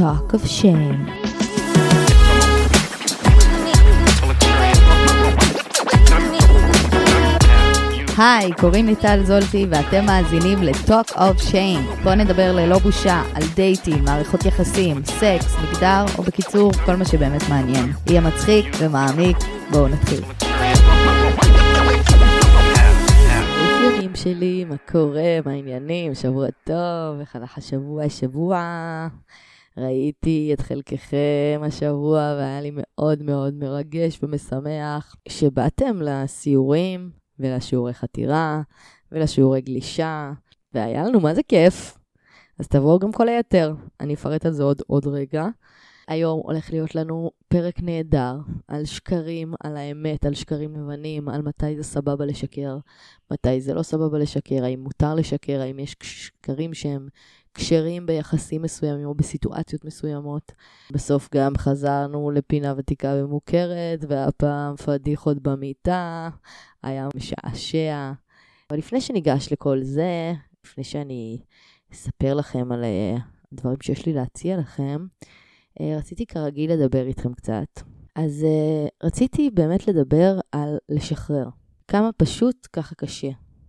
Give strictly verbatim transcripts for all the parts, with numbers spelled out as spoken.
Talk of Shame. היי, קוראים לי טל זולטי ואתם מאזינים ל-Talk of Shame. בואו נדבר ללא בושה על דייטים, מערכות יחסים, סקס, מגדר, או בקיצור, כל מה שבאמת מעניין. יהיה מצחיק ומעמיק, בואו נתחיל. אפיונים שלי, מה קורה, מה העניינים, שבוע טוב, איך הלך השבוע, שבוע. ראיתי את חלקכם השבוע והיה לי מאוד מאוד מרגש ומשמח שבאתם לסיורים ולשיעורי חתירה ולשיעורי גלישה, והיה לנו מה זה כיף. אז תבואו גם כל היתר, אני אפרט על זה עוד, עוד רגע. היום הולך להיות לנו פרק נהדר על שקרים, על האמת, על שקרים לבנים, על מתי זה סבבה לשקר, מתי זה לא סבבה לשקר, האם מותר לשקר, האם יש שקרים שהם קשרים ביחסים מסוימים או בסיטואציות מסוימות. בסוף גם חזרנו לפינה ותיקה ומוכרת, והפעם פדיחות במיטה, היה משעשע. אבל לפני שניגש לכל זה, לפני שאני אספר לכם על הדברים שיש לי להציע לכם, רציתי כרגיל לדבר איתכם קצת. אז רציתי באמת לדבר על לשחרר. כמה פשוט, ככה קשה.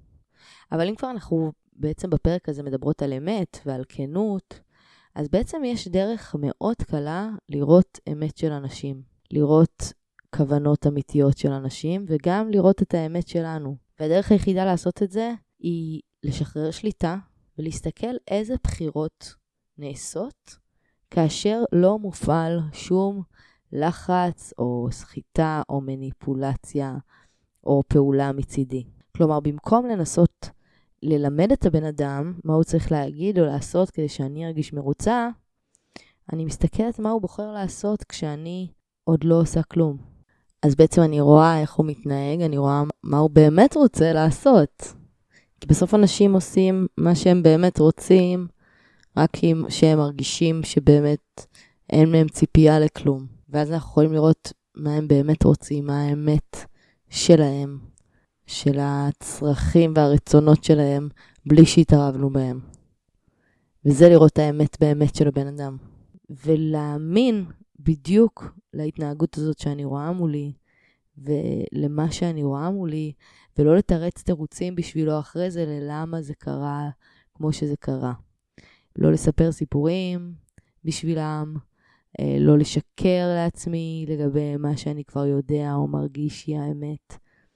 אבל אם כבר אנחנו בעצם בפרק הזה מדברות על אמת ועל כנות, אז בעצם יש דרך מאוד קלה לראות אמת של אנשים. לראות כוונות אמיתיות של אנשים, וגם לראות את האמת שלנו. והדרך היחידה לעשות את זה, היא לשחרר שליטה, ולהסתכל איזה בחירות נעשות, כאשר לא מופעל שום לחץ, או סחיטה, או מניפולציה, או פעולה מצידי. כלומר, במקום לנסות ללמד את הבן אדם מה הוא צריך להגיד או לעשות כדי שאני ארגיש מרוצה, אני מסתכלת מה הוא בוחר לעשות כשאני עוד לא עושה כלום. אז בעצם אני רואה איך הוא מתנהג, אני רואה מה הוא באמת רוצה לעשות. כי בסוף אנשים עושים מה שהם באמת רוצים, רק אם שהם מרגישים שבאמת אין מהם ציפייה לכלום. ואז אנחנו יכולים לראות מה הם באמת רוצים, מה האמת שלהם, של הצרכים והרצונות שלהם, בלי שהתערבנו בהם. וזה לראות האמת באמת של הבן אדם. ולהאמין בדיוק להתנהגות הזאת שאני רואה מולי, ולמה שאני רואה מולי, ולא לתרץ תירוצים בשבילו אחרי זה, ללמה זה קרה כמו שזה קרה. לא לספר סיפורים בשבילם, לא לשקר לעצמי לגבי מה שאני כבר יודע או מרגיש היא האמת.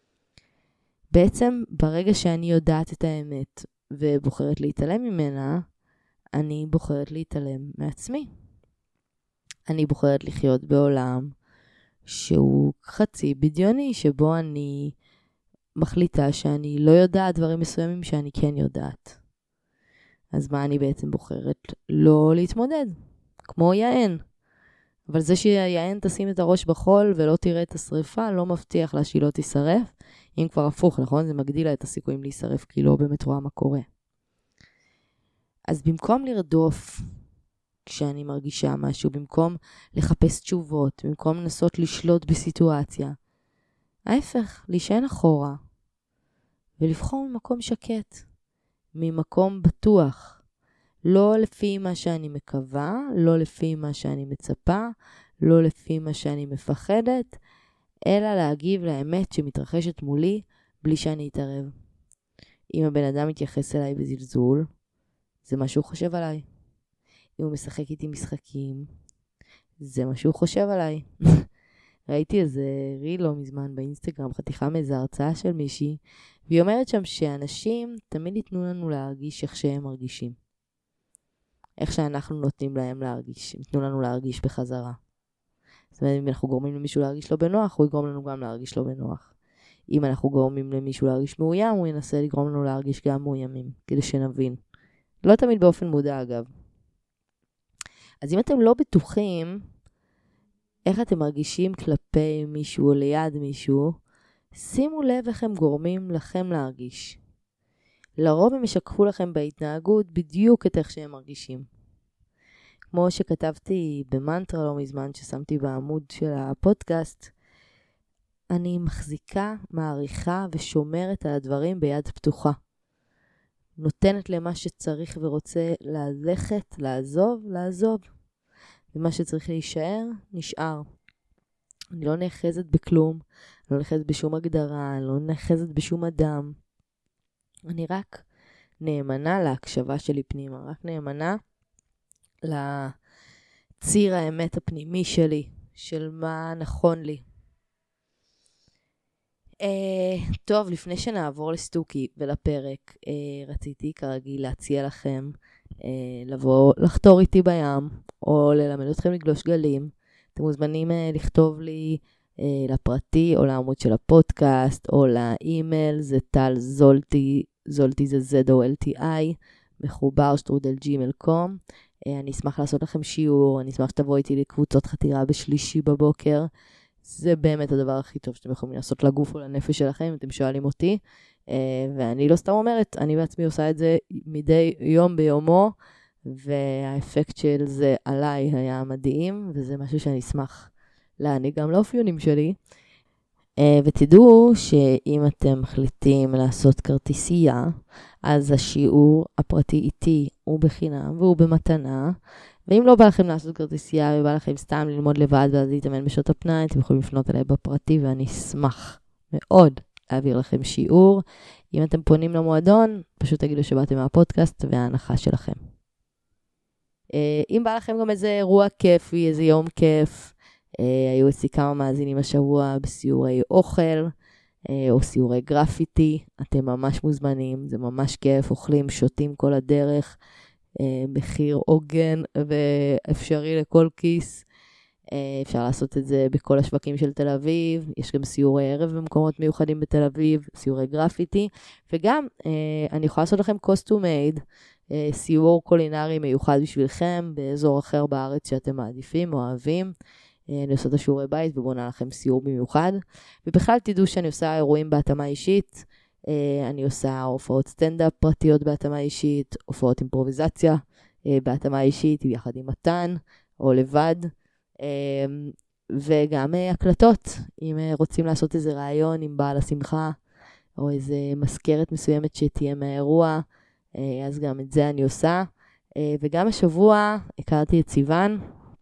בעצם ברגע שאני יודעת את האמת ובוחרת להתעלם ממנה, אני בוחרת להתעלם מעצמי. אני בוחרת לחיות בעולם שהוא חצי בדיוני, שבו אני מחליטה שאני לא יודעת דברים מסוימים שאני כן יודעת. אז מה אני בעצם בוחרת? לא להתמודד, כמו יען. אבל זה שיען תשים את הראש בחול ולא תראה את השריפה, לא מבטיח לה שהיא לא תישרף. אם כבר הפוך, נכון? זה מגדיל לה את הסיכויים להישרף, כי לא באמת רואה מה קורה. אז במקום לרדוף כשאני מרגישה משהו, במקום לחפש תשובות, במקום לנסות לשלוט בסיטואציה, ההפך, להישען אחורה, ולבחור ממקום שקט, ממקום בטוח, לא לפי מה שאני מקווה, לא לפי מה שאני מצפה, לא לפי מה שאני מפחדת, אלא להגיב לאמת שמתרחשת מולי בלי שאני אתערב. אם הבן אדם מתייחס אליי בזלזול, זה מה שהוא חושב עליי. אם הוא משחק איתי משחקים, זה מה שהוא חושב עליי. ראיתי איזה ריל לא מזמן באינסטגרם, חתיכה מאיזו הרצאה של מישהי, והיא אומרת שם שאנשים תמיד ייתנו לנו להרגיש איך שהם מרגישים. איך שאנחנו נותנים להם להרגיש, ייתנו לנו להרגיש בחזרה. זאת אומרת, אם אנחנו גורמים למישהו להרגיש לא בנוח, הוא יגרום לנו גם להרגיש לא בנוח. אם אנחנו גורמים למישהו להרגיש מאוים, הוא ינסה לגרום לנו להרגיש גם מאוימים, כדי שנבין. לא תמיד באופן מודע, אגב. אז אם אתם לא בטוחים איך אתם מרגישים כלפי מישהו או ליד מישהו, שימו לב איך הם גורמים לכם להרגיש. לרוב הם ישקפו לכם בהתנהגות בדיוק את איך שהם מרגישים. כמו שכתבתי במנטרה לא מזמן ששמתי בעמוד של הפודקאסט, אני מחזיקה, מעריכה ושומרת על הדברים ביד פתוחה. נותנת למה שצריך ורוצה ללכת, לעזוב, לעזוב. ומה שצריך להישאר, נשאר. אני לא נאחזת בכלום, אני לא נאחזת בשום הגדרה, אני לא נאחזת בשום אדם. אני רק נאמנה להקשבה שלי פנימה, רק נאמנה לציר האמת הפנימי שלי, של מה נכון לי. Uh, טוב, לפני שנעבור לסטוקי ולפרק, uh, רציתי כרגיל להציע לכם uh, לבוא לחתור איתי בים, או ללמד אתכם לגלוש גלים. אתם מוזמנים uh, לכתוב לי uh, לפרטי, או לעמוד של הפודקאסט, או לאימייל, זה טל זולטי, זולטי זה זד או אל טי איי, מחובר שטרודל ג'ימייל דוט קום. Uh, אני אשמח לעשות לכם שיעור, אני אשמח שתבוא איתי לקבוצות חתירה בשלישי בבוקר. זה באמת הדבר הכי טוב שאתם יכולים לעשות לגוף או לנפש שלכם, אם אתם שואלים אותי. ואני לא סתם אומרת, אני בעצמי עושה את זה מדי יום ביומו, והאפקט של זה עליי היה מדהים, וזה משהו שאני אשמח להעניק גם לאופיונים שלי. ותדעו שאם אתם מחליטים לעשות כרטיסייה, אז השיעור הפרטי איתי הוא בחינם והוא במתנה, ואם לא בא לכם לעשות כרטיסייה ובא לכם סתם ללמוד לבד ואז להתאמן בשעות הפנאי, אתם יכולים לפנות אליי בפרטי ואני אשמח מאוד להעביר לכם שיעור. אם אתם פונים למועדון, פשוט תגידו שבאתם מהפודקאסט וההנחה שלכם. אם בא לכם גם איזה אירוע כיפי, איזה יום כיף, היו אצלי כמה מאזינים השבוע בסיורי אוכל או סיורי גרפיטי, אתם ממש מוזמנים, זה ממש כיף, אוכלים, שותים כל הדרך, מחיר עוגן ואפשרי לכל כיס. אפשר לעשות את זה בכל השווקים של תל אביב, יש גם סיורי ערב במקומות מיוחדים בתל אביב, סיורי גרפיטי, וגם אני יכולה לעשות לכם קוסטום מייד, סיור קולינרי מיוחד בשבילכם באזור אחר בארץ שאתם מעדיפים או אוהבים. אני עושה את השיעורי בית ובונה לכם סיור במיוחד, ובכלל תדעו שאני עושה אירועים בהתאמה אישית, אני עושה הופעות סטנדאפ פרטיות בהתאמה אישית, הופעות אימפרוביזציה בהתאמה אישית, יחד עם מתן או לבד, וגם הקלטות, אם רוצים לעשות איזה רעיון עם בעל השמחה, או איזה מזכרת מסוימת שתהיה מהאירוע, אז גם את זה אני עושה. וגם השבוע הכרתי את סיוון,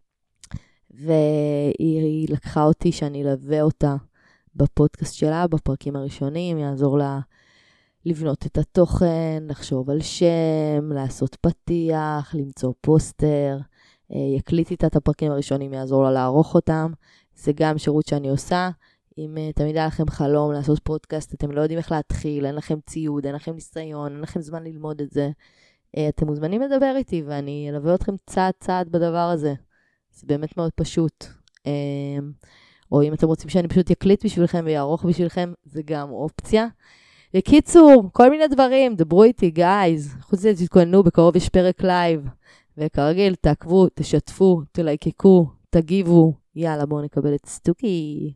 והיא לקחה אותי שאני אלווה אותה בפודקאסט שלה, בפרקים הראשונים, יעזור לה לבנות את התוכן, לחשוב על שם, לעשות פתיח, למצוא פוסטר, יקליט איתה את הפרקים הראשונים, יעזור לה לערוך אותם. זה גם שירות שאני עושה. אם תמיד היה לכם חלום לעשות פודקאסט, אתם לא יודעים איך להתחיל, אין לכם ציוד, אין לכם ניסיון, אין לכם זמן ללמוד את זה, אתם מוזמנים לדבר איתי, ואני אלווה אתכם צעד צעד בדבר הזה. זה באמת מאוד פשוט. או אם אתם רוצים שאני פשוט יקליט בשבילכם ויערוך בשבילכם, זה גם אופציה. בקיצור, כל מיני דברים, דברו איתי, גייז. חוץ מזה, תתכוננו, בקרוב יש פרק לייב. וכרגיל, תעקבו, תשתפו, תלייקקו, תגיבו. יאללה, בואו נקבל את סטוקי.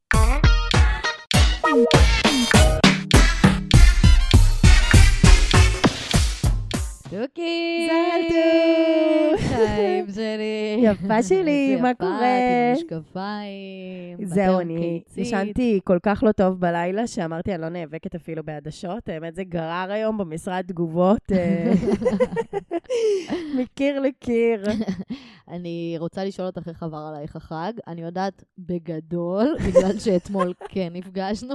סטוקי! זלטו! חיים שלי. יפה שלי, מה קורה? משקפיים. זהו, אני ישנתי כל כך לא טוב בלילה, שאמרתי, אני לא נאבקת אפילו בעדשות. האמת, זה גרר היום במשרד תגובות. מקיר לקיר. אני רוצה לשאול אותך איך עבר עלייך החג. אני יודעת בגדול, בגלל שאתמול כן נפגשנו.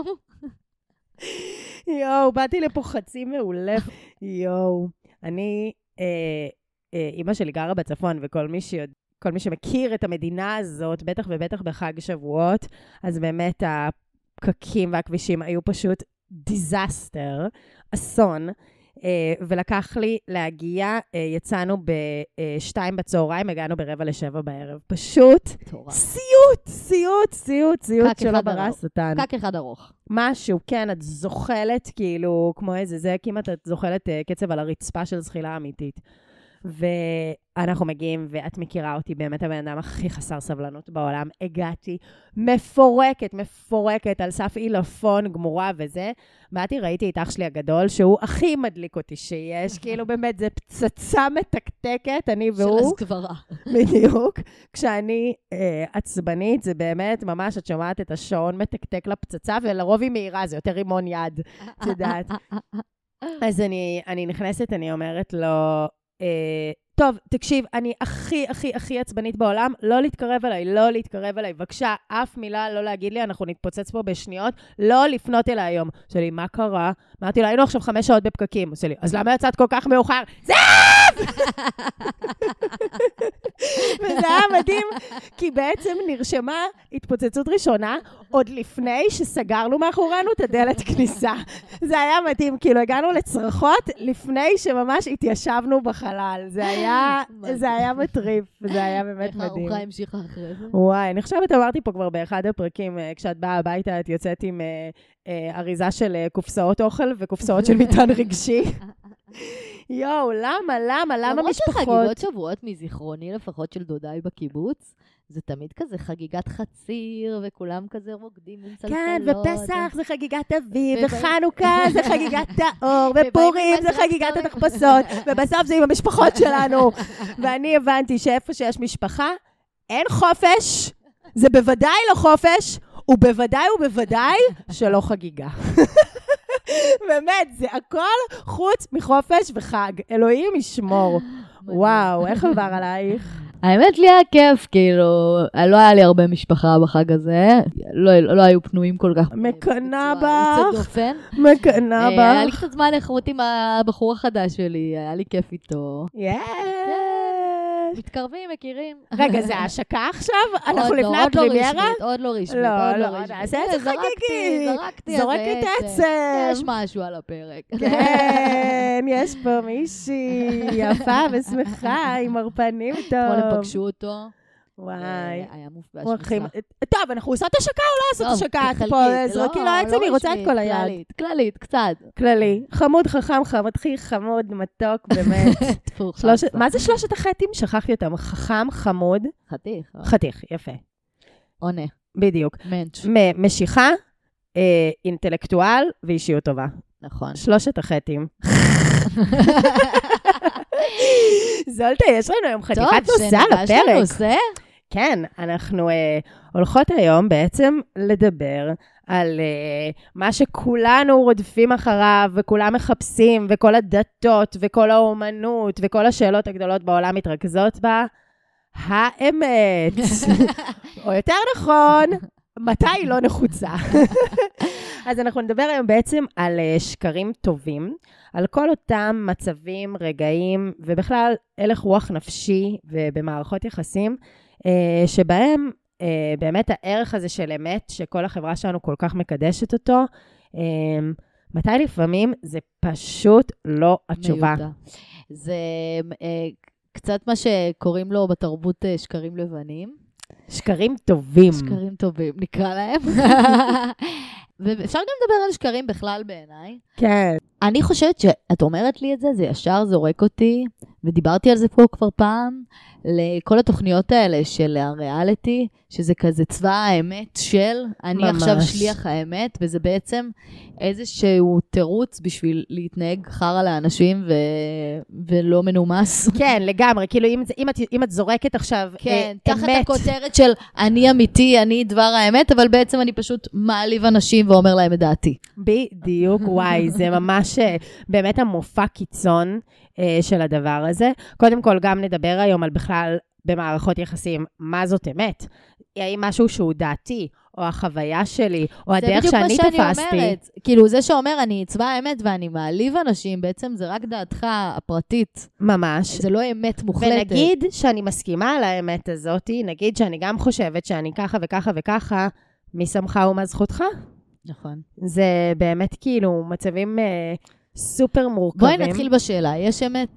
יואו, באתי לפה חצי מעולה. יואו. אני, אה, אה, אמא שלי גרה בצפון, וכל מי שיודע, כל מי שמכיר את המדינה הזאת, בטח ובטח בחג שבועות, אז באמת הפקקים והכבישים היו פשוט דיזסטר, אסון, אה, ולקח לי להגיע, אה, יצאנו בשתיים בצהריים, הגענו ברבע לשבע בערב. פשוט סיוט, סיוט, סיוט, סיוט שלא ברס אותן. קק אחד ארוך. משהו, כן, את זוחלת, כאילו, כמו איזה, זה כמעט את זוחלת uh, קצב על הרצפה של זחילה אמיתית. ואנחנו מגיעים, ואת מכירה אותי, באמת הבן אדם הכי חסר סבלנות בעולם. הגעתי מפורקת, מפורקת, על סף אילפון, גמורה וזה. באתי, ראיתי את אח שלי הגדול, שהוא הכי מדליק אותי שיש, כאילו באמת, זה פצצה מתקתקת, אני והוא. של הסגברה. בדיוק. כשאני אה, עצבנית, זה באמת, ממש, את שומעת את השעון מתקתק לפצצה, ולרוב היא מהירה, זה יותר רימון יד, את יודעת. אז אני, אני נכנסת, אני אומרת לו, אה, טוב, תקשיב, אני הכי, הכי, הכי עצבנית בעולם, לא להתקרב אליי, לא להתקרב אליי, בבקשה, אף מילה לא להגיד לי, אנחנו נתפוצץ פה בשניות, לא לפנות אליי היום. שלי, מה קרה? אמרתי לה, היינו עכשיו חמש שעות בפקקים. שלי, אז למה יצאת כל כך מאוחר? זאב! וזה היה מדהים, כי בעצם נרשמה התפוצצות ראשונה, עוד לפני שסגרנו מאחורינו את הדלת כניסה. זה היה מדהים, כאילו הגענו לצרחות לפני שממש התיישבנו בחלל. זה היה, זה היה מטריף, זה היה באמת מדהים. איך הארוחה המשיכה אחרי זה? וואי, אני חושבת, אמרתי פה כבר באחד הפרקים, כשאת באה הביתה, את יוצאת עם אריזה של קופסאות אוכל וקופסאות של מטען רגשי. יואו, למה, למה, למה משפחות? למרות שחגיגות שבועות מזיכרוני, לפחות של דודיי בקיבוץ, זה תמיד כזה חגיגת חציר, וכולם כזה רוקדים עם צלצלות. כן, ופסח זה חגיגת אביב, וחנוכה זה חגיגת האור, ופורים זה חגיגת התחפושות, ובסוף זה עם המשפחות שלנו. ואני הבנתי שאיפה שיש משפחה, אין חופש, זה בוודאי לא חופש, ובוודאי ובוודאי שלא חגיגה. באמת, זה הכל חוץ מחופש וחג. אלוהים ישמור. וואו, איך עבר עלייך? האמת לי היה כיף, כאילו, לא היה לי הרבה משפחה בחג הזה, לא, לא היו פנויים כל כך. מקנה בך, מקנה בך. היה לי קצת זמן לחוות עם הבחור החדש שלי, היה לי כיף איתו. יס. מתקרבים, מכירים. רגע, זה השקה עכשיו? אנחנו לפני הפרימיירה? עוד לא רשמית, עוד לא רשמית. זה איזה חגיגי. זרקתי, זורקת עצם. יש משהו על הפרק. כן, יש פה מישהי יפה ושמחה, עם מרפנים טוב. אתמול הם פגשו אותו. וואי. היה מופגש מוצלח. טוב, אנחנו עושות השקה או לא עושות השקה? את פה זרקי לו עצם, היא רוצה את כל היד. כללית, כללית, קצת. כללי. חמוד, חכם, חמודכי, חמוד, מתוק, באמת. מה זה שלושת החטאים? שכחתי אותם. חכם, חמוד. חתיך. חתיך, יפה. עונה. בדיוק. מנץ'. משיכה, אינטלקטואל ואישיות טובה. נכון. שלושת החטאים. זולטה, יש לנו היום חתיכת נושא על הפרק. טוב, שנגש כן, אנחנו uh, הולכות היום בעצם לדבר על uh, מה שכולנו רודפים אחריו, וכולם מחפשים, וכל הדתות, וכל האומנות, וכל השאלות הגדולות בעולם מתרכזות בה, האמת. או יותר נכון, מתי היא לא נחוצה. אז אנחנו נדבר היום בעצם על uh, שקרים טובים, על כל אותם מצבים, רגעים, ובכלל הלך רוח נפשי ובמערכות יחסים, uh, שבהם uh, באמת הערך הזה של אמת, שכל החברה שלנו כל כך מקדשת אותו, uh, מתי לפעמים זה פשוט לא התשובה. מיודע. זה uh, קצת מה שקוראים לו בתרבות uh, שקרים לבנים. שקרים טובים. שקרים טובים, נקרא להם. ואפשר גם לדבר על שקרים בכלל בעיניי. כן. אני חושבת שאת אומרת לי את זה, זה ישר זורק אותי, ודיברתי על זה פה כבר פעם, לכל התוכניות האלה של הריאליטי, שזה כזה צבא האמת של, אני ממש. עכשיו שליח האמת, וזה בעצם איזשהו תירוץ בשביל להתנהג חרה לאנשים ו... ולא מנומס. כן, לגמרי, כאילו אם, אם, את, אם את זורקת עכשיו כן, אה, תחת אמת. הכותרת של אני אמיתי, אני דבר האמת, אבל בעצם אני פשוט מעליב אנשים ואומר להם את דעתי. בדיוק, וואי, זה ממש באמת המופע קיצון אה, של הדבר הזה. קודם כל גם נדבר היום על בכלל במערכות יחסים, מה זאת אמת? האם משהו שהוא דעתי, או החוויה שלי, או הדרך שאני תפסתי. זה בדיוק מה שאני אומרת. כאילו זה שאומר, אני צבא האמת ואני מעליב אנשים, בעצם זה רק דעתך הפרטית. ממש. זה לא אמת מוחלטת. ונגיד שאני מסכימה על האמת הזאת, נגיד שאני גם חושבת שאני ככה וככה וככה, מי שמך ומה זכותך? נכון. זה באמת כאילו מצבים אה, סופר מורכבים. בואי נתחיל בשאלה, יש אמת?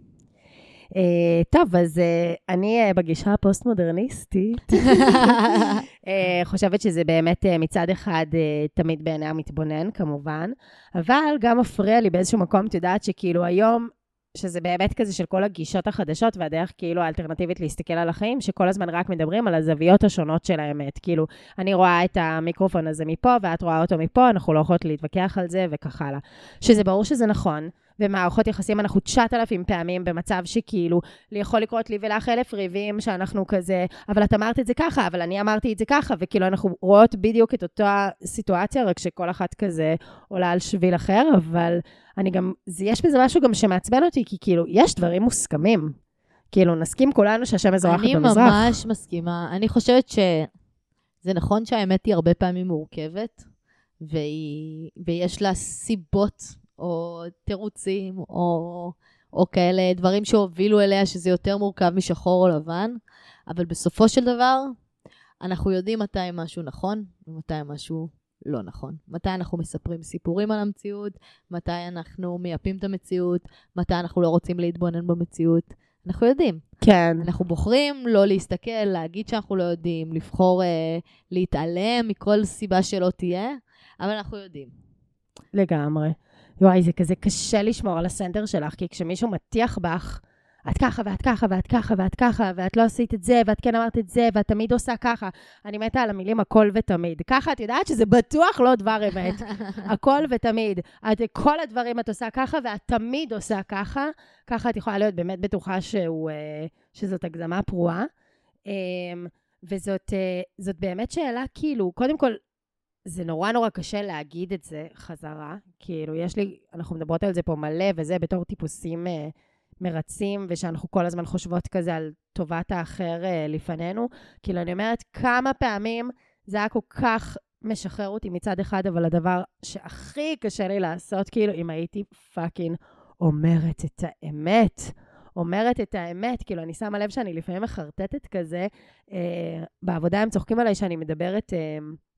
Uh, טוב, אז uh, אני uh, בגישה הפוסט-מודרניסטית uh, חושבת שזה באמת uh, מצד אחד uh, תמיד בעיני המתבונן כמובן, אבל גם מפריע לי באיזשהו מקום, את יודעת שכאילו היום, שזה באמת כזה של כל הגישות החדשות והדרך כאילו האלטרנטיבית להסתכל על החיים, שכל הזמן רק מדברים על הזוויות השונות של האמת. כאילו, אני רואה את המיקרופון הזה מפה ואת רואה אותו מפה, אנחנו לא יכולות להתווכח על זה וכך הלאה. שזה ברור שזה נכון. במערכות יחסים אנחנו תשעת אלפים פעמים במצב שכאילו, יכול לקרות לי ולך אלף ריבים שאנחנו כזה, אבל את אמרת את זה ככה, אבל אני אמרתי את זה ככה, וכאילו אנחנו רואות בדיוק את אותה סיטואציה, רק שכל אחת כזה עולה על שביל אחר, אבל אני גם, זה, יש בזה משהו גם שמעצבן אותי, כי כאילו, יש דברים מוסכמים. כאילו, נסכים כולנו שהשם מזרחת אני במזרח. ממש מסכימה. אני חושבת שזה נכון שהאמת היא הרבה פעמים מורכבת, והיא, ויש לה סיבות או תירוצים או, או כאלה דברים שהובילו אליה שזה יותר מורכב משחור או לבן, אבל בסופו של דבר אנחנו יודעים מתי משהו נכון ומתי משהו לא נכון. מתי אנחנו מספרים סיפורים על המציאות, מתי אנחנו מייפים את המציאות, מתי אנחנו לא רוצים להתבונן במציאות. אנחנו יודעים. כן. אנחנו בוחרים לא להסתכל, להגיד שאנחנו לא יודעים, לבחור אה, להתעלם מכל סיבה שלא תהיה, אבל אנחנו יודעים. לגמרי. וואי, זה כזה קשה לשמור על הסנטר שלך, כי כשמישהו מטיח בך, את ככה ואת ככה ואת ככה ואת ככה, ואת לא עשית את זה, ואת כן אמרת את זה, ואת תמיד עושה ככה. אני מתה על המילים הכל ותמיד. ככה את יודעת שזה בטוח לא דבר אמת. הכל ותמיד. את כל הדברים את עושה ככה, ואת תמיד עושה ככה. ככה את יכולה להיות באמת בטוחה שהוא, שזאת הגזמה פרועה. וזאת זאת באמת שאלה, כאילו, קודם כל, זה נורא נורא קשה להגיד את זה חזרה. כאילו, יש לי, אנחנו מדברות על זה פה מלא, וזה בתור טיפוסים מרצים, ושאנחנו כל הזמן חושבות כזה על טובת האחר לפנינו. כאילו, אני אומרת, כמה פעמים זה היה כל כך משחרר אותי מצד אחד, אבל הדבר שהכי קשה לי לעשות, כאילו, אם הייתי פאקינג אומרת את האמת, אומרת את האמת, כאילו, אני שמה לב שאני לפעמים מחרטטת כזה, אה, בעבודה הם צוחקים עליי שאני מדברת אה,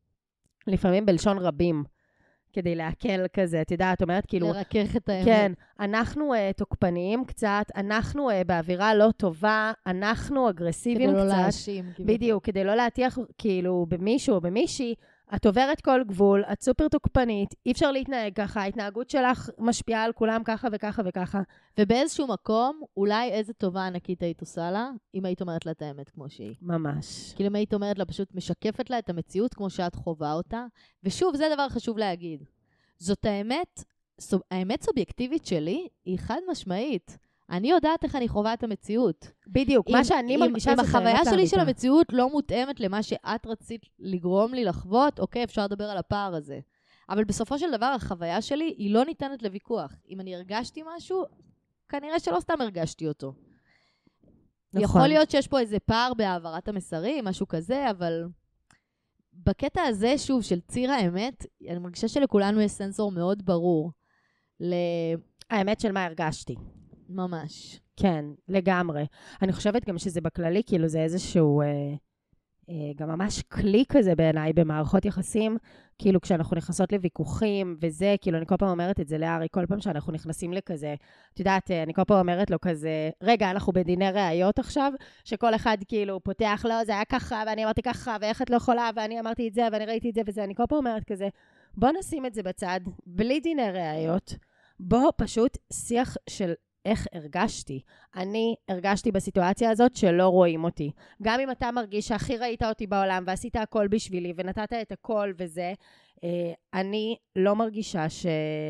לפעמים בלשון רבים, כדי להקל כזה, את יודעת, אומרת כאילו... לרכך את האמת. כן, אנחנו uh, תוקפניים קצת, אנחנו uh, באווירה לא טובה, אנחנו אגרסיביים קצת. כדי לא להאשים. בדיוק, כדי לא להטיח כאילו במישהו או במישהי, את עוברת כל גבול, את סופר תוקפנית, אי אפשר להתנהג ככה, ההתנהגות שלך משפיעה על כולם ככה וככה וככה. ובאיזשהו מקום, אולי איזה טובה ענקית היית עושה לה, אם היית אומרת לה את האמת כמו שהיא. ממש. כאילו אם היית אומרת לה, פשוט משקפת לה את המציאות כמו שאת חובה אותה, ושוב, זה דבר חשוב להגיד. זאת האמת, האמת סובייקטיבית שלי היא חד משמעית. אני יודעת איך אני חובה את המציאות. בדיוק, מה שאני מרגישה אם החוויה שלי של המציאות לא מותאמת למה שאת רצית לגרום לי לחוות, אוקיי, אפשר לדבר על הפער הזה. אבל בסופו של דבר, החוויה שלי היא לא ניתנת לוויכוח. אם אני הרגשתי משהו, כנראה שלא סתם הרגשתי אותו. נכון. יכול להיות שיש פה איזה פער בהעברת המסרים, משהו כזה, אבל בקטע הזה, שוב, של ציר האמת, אני מרגישה שלכולנו יש סנסור מאוד ברור. ל... האמת של מה הרגשתי. ממש. כן, לגמרי. אני חושבת גם שזה בכללי, כאילו זה איזשהו, אה, אה, גם ממש כלי כזה בעיניי במערכות יחסים, כאילו כשאנחנו נכנסות לוויכוחים וזה, כאילו אני כל פעם אומרת את זה לארי, כל פעם שאנחנו נכנסים לכזה, את יודעת, אני כל פעם אומרת לו כזה, רגע, אנחנו בדיני ראיות עכשיו, שכל אחד כאילו פותח לו, זה היה ככה, ואני אמרתי ככה, ואיך את לא יכולה, ואני אמרתי את זה, ואני ראיתי את זה וזה, אני כל פעם אומרת כזה, בוא נשים את זה בצד, בלי דיני ראיות, בוא פשוט שיח של איך הרגשתי. אני הרגשתי בסיטואציה הזאת שלא רואים אותי. גם אם אתה מרגיש שהכי ראית אותי בעולם ועשית הכל בשבילי ונתת את הכל וזה, אני לא מרגישה ש...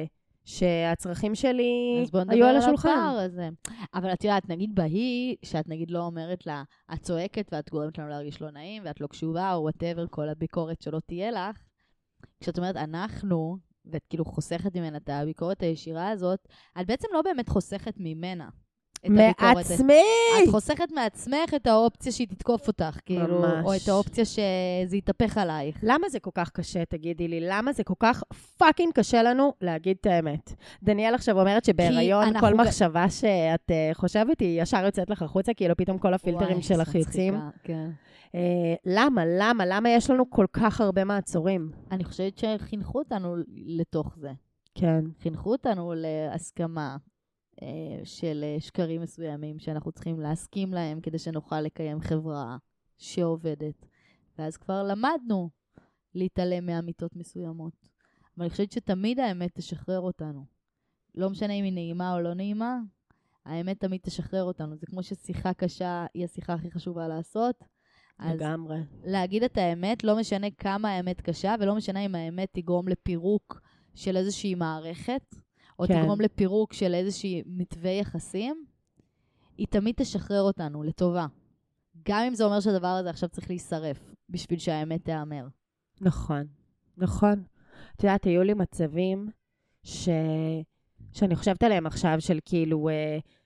שהצרכים שלי היו על השולחן. הזה. אבל את יודעת, נגיד בהיא, שאת נגיד לא אומרת לה, את צועקת ואת גורמת לנו להרגיש לא נעים ואת לא קשובה או whatever, כל הביקורת שלא תהיה לך. כשאת אומרת אנחנו, ואת כאילו חוסכת ממנה את הביקורת הישירה הזאת, את בעצם לא באמת חוסכת ממנה את הביקורת. מעצמי! את חוסכת מעצמך את האופציה שהיא תתקוף אותך, כאילו, ממש. או את האופציה שזה יתהפך עלייך. למה זה כל כך קשה, תגידי לי? למה זה כל כך פאקינג קשה לנו להגיד את האמת? דניאל עכשיו אומרת שבהיריון כל מחשבה שאת uh, חושבת, היא ישר יוצאת לך החוצה, כאילו פתאום כל הפילטרים וואי, שלך יוצאים. כן. Uh, למה? למה? למה יש לנו כל כך הרבה מעצורים? אני חושבת שחינכו אותנו לתוך זה. כן. חינכו אותנו להסכמה uh, של uh, שקרים מסוימים שאנחנו צריכים להסכים להם כדי שנוכל לקיים חברה שעובדת. ואז כבר למדנו להתעלם מאמיתות מסוימות. אבל אני חושבת שתמיד האמת תשחרר אותנו. לא משנה אם היא נעימה או לא נעימה, האמת תמיד תשחרר אותנו. זה כמו ששיחה קשה היא השיחה הכי חשובה לעשות. לגמרי. להגיד את האמת, לא משנה כמה האמת קשה, ולא משנה אם האמת תגרום לפירוק של איזושהי מערכת, או כן. תגרום לפירוק של איזושהי מתווה יחסים, היא תמיד תשחרר אותנו לטובה. גם אם זה אומר שהדבר הזה עכשיו צריך להישרף, בשביל שהאמת תאמר. נכון, נכון. את יודעת, היו לי מצבים ש... שאני חושבת עליהם עכשיו, של כאילו...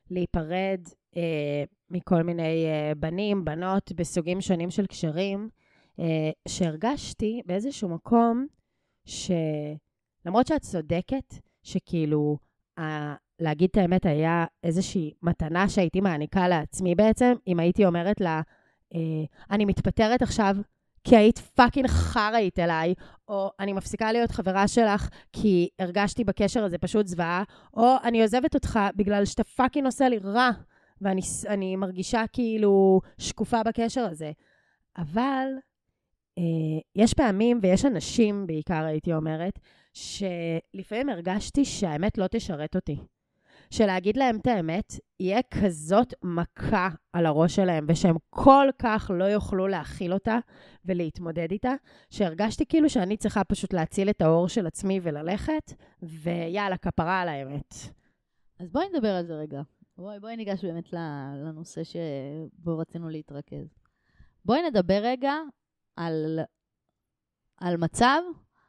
להיפרד אה, מכל מיני אה, בנים, בנות, בסוגים שונים של קשרים, אה, שהרגשתי באיזשהו מקום, שלמרות שאת צודקת, שכאילו, ה- להגיד את האמת היה איזושהי מתנה שהייתי מעניקה לעצמי בעצם, אם הייתי אומרת לה, אה, אני מתפטרת עכשיו, כי היית פאקינג חראית אליי, או אני מפסיקה להיות חברה שלך, כי הרגשתי בקשר הזה פשוט זוועה, או אני עוזבת אותך בגלל שאתה פאקינג עושה לי רע, ואני אני מרגישה כאילו שקופה בקשר הזה. אבל אה, יש פעמים, ויש אנשים בעיקר הייתי אומרת, שלפעמים הרגשתי שהאמת לא תשרת אותי. שלהגיד להם את האמת, יהיה כזאת מכה על הראש שלהם, ושהם כל כך לא יוכלו להכיל אותה ולהתמודד איתה, שהרגשתי כאילו שאני צריכה פשוט להציל את האור של עצמי וללכת, ויאללה, כפרה על האמת. אז בואי נדבר על זה רגע. בואי, בואי ניגש באמת לנושא שבו רצינו להתרכז. בואי נדבר רגע על, על מצב,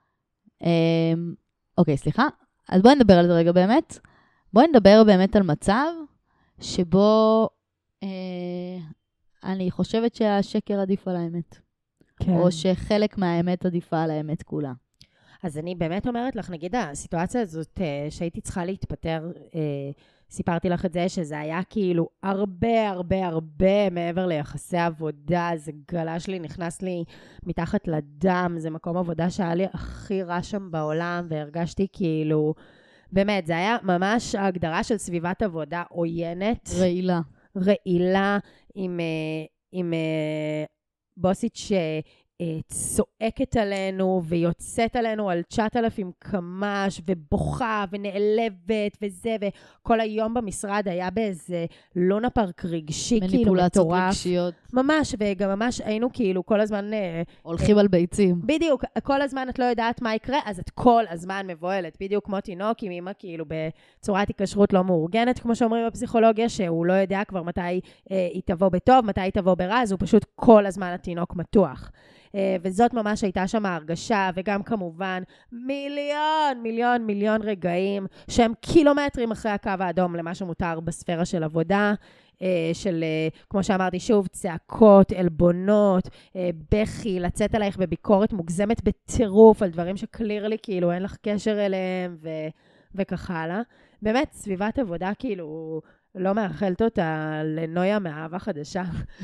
אוקיי, סליחה. אז בואי נדבר על זה רגע באמת. בואי נדבר באמת על מצב שבו אה, אני חושבת שהשקר עדיף על האמת. כן. או שחלק מהאמת עדיפה על האמת כולה. אז אני באמת אומרת לך, נגיד הסיטואציה הזאת שהייתי צריכה להתפטר, אה, סיפרתי לך את זה, שזה היה כאילו הרבה הרבה הרבה מעבר ליחסי עבודה, זה גלש לי, נכנס לי מתחת לדם, זה מקום עבודה שהיה לי הכי רע שם בעולם, והרגשתי כאילו, באמת, זה היה ממש ההגדרה של סביבת עבודה עוינת. רעילה. רעילה, עם, עם בוסית ש... צועקת עלינו ויוצאת עלינו על תשעת אלפים קמ"ש ובוכה ונעלבת וזה, וכל היום במשרד היה באיזה לונה פארק רגשי, כאילו מטורף. מניפולציות רגשיות. ממש, וגם ממש היינו כאילו כל הזמן... הולכים על ביצים. בדיוק, כל הזמן את לא יודעת מה יקרה, אז את כל הזמן מבועלת, בדיוק כמו תינוק עם אמא כאילו בצורת היקשרות לא מאורגנת, כמו שאומרים בפסיכולוגיה, שהוא לא יודע כבר מתי אה, היא תבוא בטוב, מתי היא תבוא ברע, אז הוא פשוט כל הזמן התינוק מתוח. וזאת ממש הייתה שם ההרגשה, וגם כמובן מיליון, מיליון, מיליון רגעים, שהם קילומטרים אחרי הקו האדום למה שמותר בספירה של עבודה, של, כמו שאמרתי שוב, צעקות, אלבונות, בכי, לצאת עלייך בביקורת מוגזמת בטירוף, על דברים שקליר לי, כאילו אין לך קשר אליהם, ו, וכך הלאה. באמת, סביבת עבודה כאילו לא מאחלת אותה לנויה מאהבה חדשה.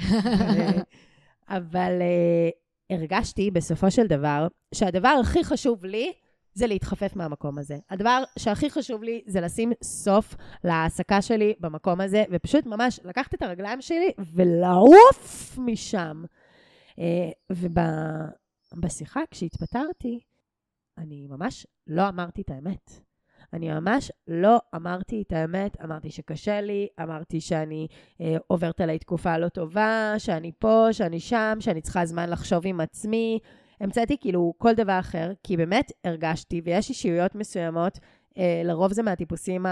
אבל... הרגשתי בסופו של דבר, שהדבר הכי חשוב לי זה להתחפף מהמקום הזה. הדבר שהכי חשוב לי זה לשים סוף להעסקה שלי במקום הזה, ופשוט ממש לקחת את הרגליים שלי ולעוף משם. ובשיחה, כשהתפטרתי, אני ממש לא אמרתי את האמת. אני ממש לא אמרתי את האמת, אמרתי שקשה לי, אמרתי שאני אה, עוברת עליי תקופה לא טובה, שאני פה, שאני שם, שאני צריכה זמן לחשוב עם עצמי. המצאתי כאילו כל דבר אחר, כי באמת הרגשתי, ויש אישיויות מסוימות, אה, לרוב זה מהטיפוסים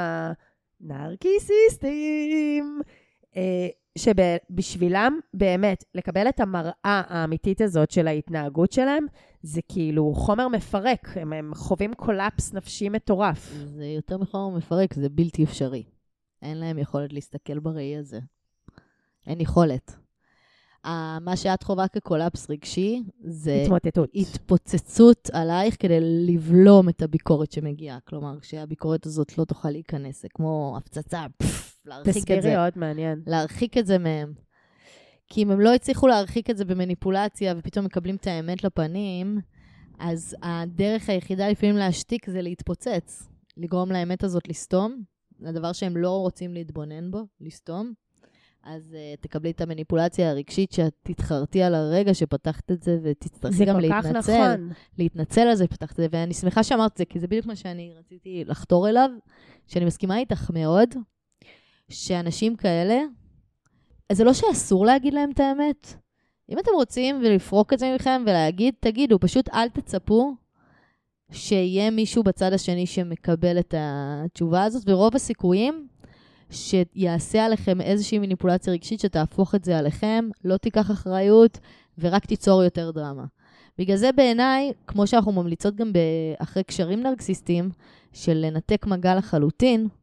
הנרקיסיסטיים, אה, שבשבילם באמת לקבל את המראה האמיתית הזאת של ההתנהגות שלהם, זה כאילו חומר מפרק, הם, הם חווים קולאפס נפשי מטורף. זה יותר מחומר מפרק, זה בלתי אפשרי. אין להם יכולת להסתכל בראי הזה. אין יכולת. Uh, מה שאת חובה כקולאפס רגשי, זה התמוטטות. התפוצצות עלייך כדי לבלום את הביקורת שמגיעה. כלומר, כשהביקורת הזאת לא תוכל להיכנס, זה כמו הפצצה, פף, להרחיק את זה. תסבירי עוד מעניין. להרחיק את זה מהם. כי אם הם לא הצליחו להרחיק את זה במניפולציה, ופתאום מקבלים את האמת לפנים, אז הדרך היחידה לפעמים להשתיק זה להתפוצץ. לגרום לאמת הזאת לסתום. הדבר שהם לא רוצים להתבונן בו, לסתום. אז uh, תקבלי את המניפולציה הרגשית שאת תתחרתי על הרגע שפתחת את זה, ותצטרכי גם להתנצל. זה כל כך נכון. להתנצל על זה, פתחת את זה, ואני שמחה שאמרת את זה, כי זה בדיוק מה שאני רציתי לחתור אליו, שאני מסכימה איתך מאוד, שאנשים כאלה, אז זה לא שאסור להגיד להם את האמת. אם אתם רוצים ולפרוק את זה מכם ולהגיד, תגידו, פשוט אל תצפו שיהיה מישהו בצד השני שמקבל את התשובה הזאת, ורוב הסיכויים שיעשה עליכם איזושהי מניפולציה רגשית שתהפוך את זה עליכם, לא תיקח אחריות ורק תיצור יותר דרמה. בגלל זה בעיניי, כמו שאנחנו ממליצות גם אחרי קשרים נרקסיסטיים, של לנתק מגע לחלוטין,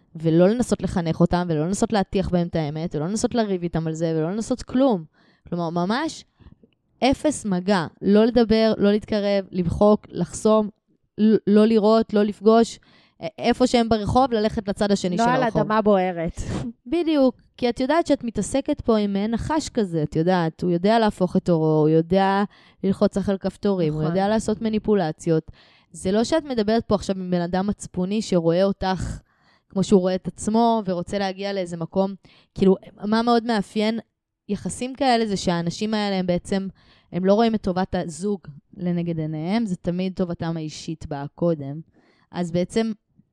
ולא לנסות לחנך אותם, ולא לנסות להטיח בהם את האמת, ולא לנסות לריב איתם על זה, ולא לנסות כלום. כלומר, ממש אפס מגע, לא לדבר, לא להתקרב, לבחוק, לחסום, לא לראות, לא לפגוש, איפה שהם ברחוב, ללכת לצד השני של הרחוב. לא על אדמה בוערת. בדיוק, כי את יודעת שאת מתעסקת פה עם נחש כזה, את יודעת, הוא יודע להפוך את אורו, הוא יודע ללחוץ על כפתורים, נכון. הוא יודע לעשות מניפולציות. זה לא שאת מדברת פה עכשיו עם בן אדם מצפוני שרואה אותך כמו שהוא רואה את עצמו ורוצה להגיע לאיזה מקום. כאילו, מה מאוד מאפיין יחסים כאלה זה שהאנשים האלה הם בעצם, הם לא רואים את טובת הזוג לנגד עיניהם, זה תמיד טובתם האישית בה קודם. אז בעצם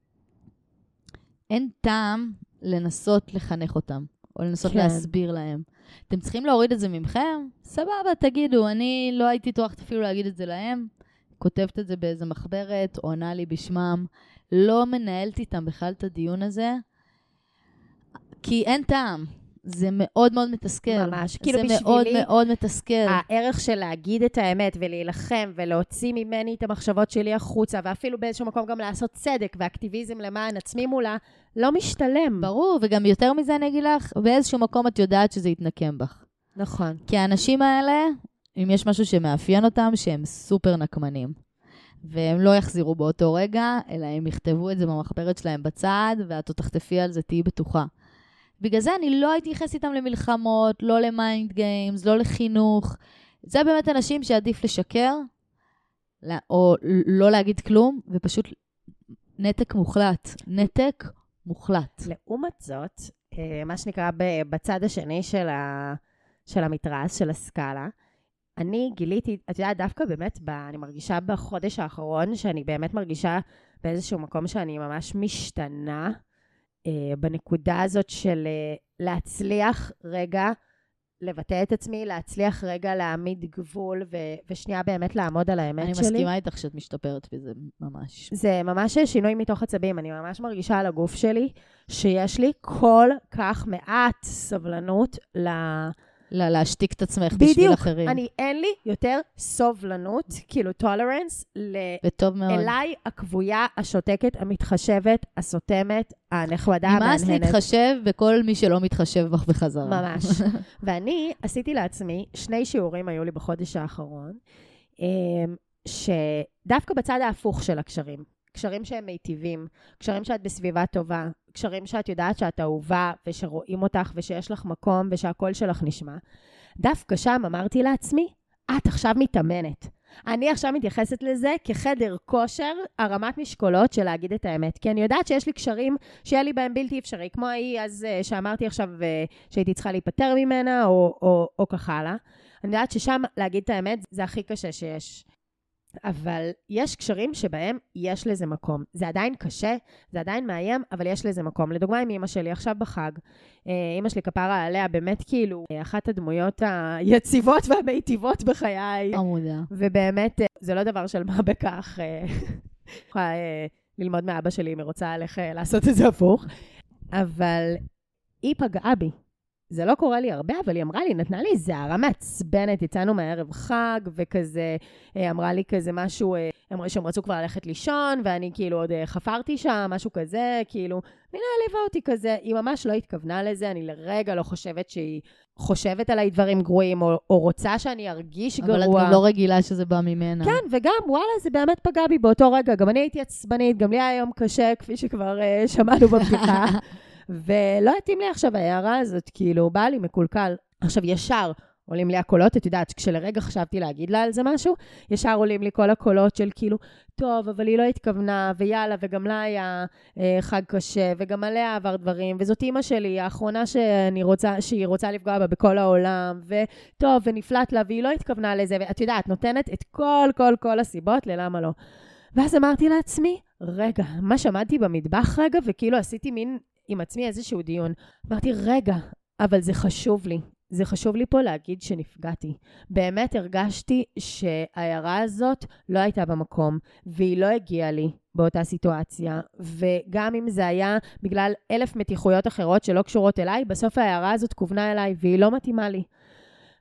אין טעם לנסות לחנך אותם, או לנסות כן. להסביר להם. אתם צריכים להוריד את זה ממכם? סבבה, תגידו, אני לא הייתי טורחת אפילו להגיד את זה להם, כותבת את זה באיזה מחברת, עונה לי בשמם, לא מנהלת איתם בכלל את הדיון הזה, כי אין טעם. זה מאוד מאוד מתסכל. ממש. כאילו זה בשבילי, מאוד מאוד מתסכל. הערך של להגיד את האמת ולהילחם ולהוציא ממני את המחשבות שלי החוצה, ואפילו באיזשהו מקום גם לעשות צדק ואקטיביזם למען עצמי מולה, לא משתלם. ברור, וגם יותר מזה אני אגיד לך, באיזשהו מקום את יודעת שזה יתנקם בך. נכון. כי האנשים האלה, אם יש משהו שמאפיין אותם, שהם סופר נקמנים. והם לא יחזירו באותו רגע, אלא הם יכתבו את זה במחברת שלהם בצד, ואת תחטפי על זה, תהי בטוחה. בגלל זה אני לא הייתי יחס איתם למלחמות, לא למיינד גיימס, לא לחינוך. זה באמת אנשים שעדיף לשקר, או לא להגיד כלום, ופשוט נתק מוחלט. נתק מוחלט. לעומת זאת, מה שנקרא בצד השני של, ה, של המתרס, של הסקאלה, אני גיליתי, את יודעת, דווקא באמת, ב, אני מרגישה בחודש האחרון, שאני באמת מרגישה באיזשהו מקום שאני ממש משתנה, בנקודה הזאת של להצליח רגע לבטא את עצמי, להצליח רגע להעמיד גבול ו- ושנייה באמת לעמוד על האמת אני שלי. אני מסכימה איתך שאת משתפרת בזה ממש. זה ממש שינוי מתוך עצבים. אני ממש מרגישה על הגוף שלי שיש לי כל כך מעט סבלנות ל... לה, להשתיק את עצמך בשביל אחרים. בדיוק, אני אין לי יותר סובלנות, כאילו טולרנס, וטוב מאוד. אליי הקבויה, השותקת, המתחשבת, הסותמת, הנחמדה, המענהנת. נמאס להתחשב בכל מי שלא מתחשב בך בחזרה. ממש. ואני עשיתי לעצמי, שני שיעורים היו לי בחודש האחרון, שדווקא בצד ההפוך של הקשרים, קשרים שהם מיטיבים, קשרים שאת בסביבה טובה, קשרים שאת יודעת שאת אהובה ושרואים אותך ושיש לך מקום ושהקול שלך נשמע. דווקא שם אמרתי לעצמי, את עכשיו מתאמנת. אני עכשיו מתייחסת לזה כחדר כושר, הרמת משקולות של להגיד את האמת. כי אני יודעת שיש לי קשרים שיהיה לי בהם בלתי אפשרי, כמו ההיא אז שאמרתי עכשיו שהייתי צריכה להיפטר ממנה או, או, או כך הלאה. אני יודעת ששם להגיד את האמת זה הכי קשה שיש. אבל יש קשרים שבהם יש לזה מקום. זה עדיין קשה, זה עדיין מאיים, אבל יש לזה מקום. לדוגמה, עם אמא שלי עכשיו בחג, אמא שלי כפרה עליה, באמת כאילו, אחת הדמויות היציבות והמיטיבות בחיי. עמודה. ובאמת, זה לא דבר של מה בכך. יכולה ללמוד מאבא שלי אם היא רוצה איך לעשות את זה הפוך. אבל היא פגעה בי. זה לא קורה לי הרבה, אבל היא אמרה לי, נתנה לי זערה מעצבנת, יצאנו מהערב חג, וכזה, אמרה לי כזה משהו, אמרה שהם רצו כבר ללכת לישון, ואני כאילו עוד חפרתי שם, משהו כזה, כאילו, מילה ליווה אותי כזה, היא ממש לא התכוונה לזה, אני לרגע לא חושבת שהיא חושבת עליי דברים גרועים, או, או רוצה שאני ארגיש אבל גרוע. אבל את לא רגילה שזה בא ממנה. כן, וגם, וואלה, זה באמת פגע בי באותו רגע, גם אני הייתי עצבנית, גם לי היה יום קשה, כפי שכבר uh, שמענו בפתיחה. ולא התאים לי עכשיו ההערה הזאת, כאילו, בא לי מקולקל. עכשיו, ישר עולים לי הקולות, את יודעת, כשלרגע חשבתי להגיד לה על זה משהו, ישר עולים לי כל הקולות של כאילו, טוב, אבל היא לא התכוונה, ויאללה, וגם לה היה אה, חג קשה, וגם עליה עבר דברים, וזאת אמא שלי, האחרונה שאני רוצה, שהיא רוצה לפגוע בה בכל העולם, וטוב, ונפלט לה, והיא לא התכוונה לזה, ואת יודעת, נותנת את כל, כל, כל הסיבות ללמה לא. ואז אמרתי לעצמי, רגע, מה שמעתי במטבח רגע, וכאילו עשיתי מין עם עצמי איזשהו דיון. אמרתי, רגע, אבל זה חשוב לי. זה חשוב לי פה להגיד שנפגעתי. באמת הרגשתי שההערה הזאת לא הייתה במקום, והיא לא הגיעה לי באותה סיטואציה, וגם אם זה היה בגלל אלף מתיחויות אחרות שלא קשורות אליי, בסוף ההערה הזאת כוונה אליי, והיא לא מתאימה לי.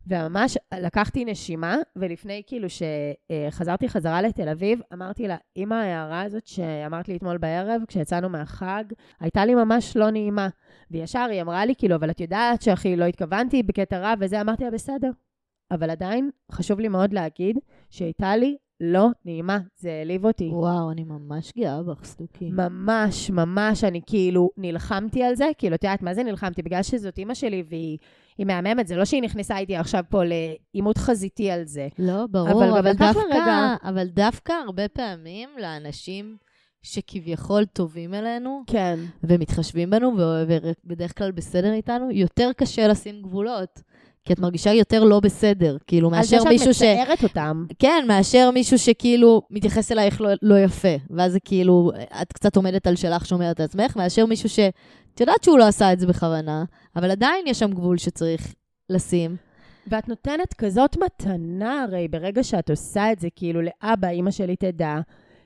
וממש לקחתי נשימה, ולפני כאילו שחזרתי חזרה לתל אביב, אמרתי לה, אמא, ההערה הזאת שאמרת לי אתמול בערב, כשיצאנו מהחג, הייתה לי ממש לא נעימה. וישר היא אמרה לי, כאילו, אבל את יודעת שאחי לא התכוונתי בקטע רע, וזה אמרתי לה, בסדר. אבל עדיין חשוב לי מאוד להגיד שהייתה לי לא נעימה, זה העליב אותי. וואו, אני ממש גאה בך, סטוקי. ממש, ממש, אני כאילו נלחמתי על זה, כאילו, את יודעת, מה זה נלחמתי? בגלל שזאת אמא שלי והיא היא מהממת, זה לא שהיא נכנסה איתי עכשיו פה לאימות חזיתי על זה. לא, ברור, אבל, אבל, אבל, דווקא, רגע... אבל דווקא הרבה פעמים לאנשים שכביכול טובים אלינו, כן. ומתחשבים בנו, ובדרך כלל בסדר איתנו, יותר קשה לשים גבולות. כי את מרגישה יותר לא בסדר, כאילו, מאשר מישהו ש... על זה שאת מצערת אותם. כן, מאשר מישהו שכאילו מתייחס אלייך לא, לא יפה, ואז זה כאילו, את קצת עומדת על שלך שומרת את עצמך, מאשר מישהו ש... את יודעת שהוא לא עשה את זה בכוונה, אבל עדיין יש שם גבול שצריך לשים. ואת נותנת כזאת מתנה, הרי ברגע שאת עושה את זה, כאילו, לאבא, אמא שלי תדע,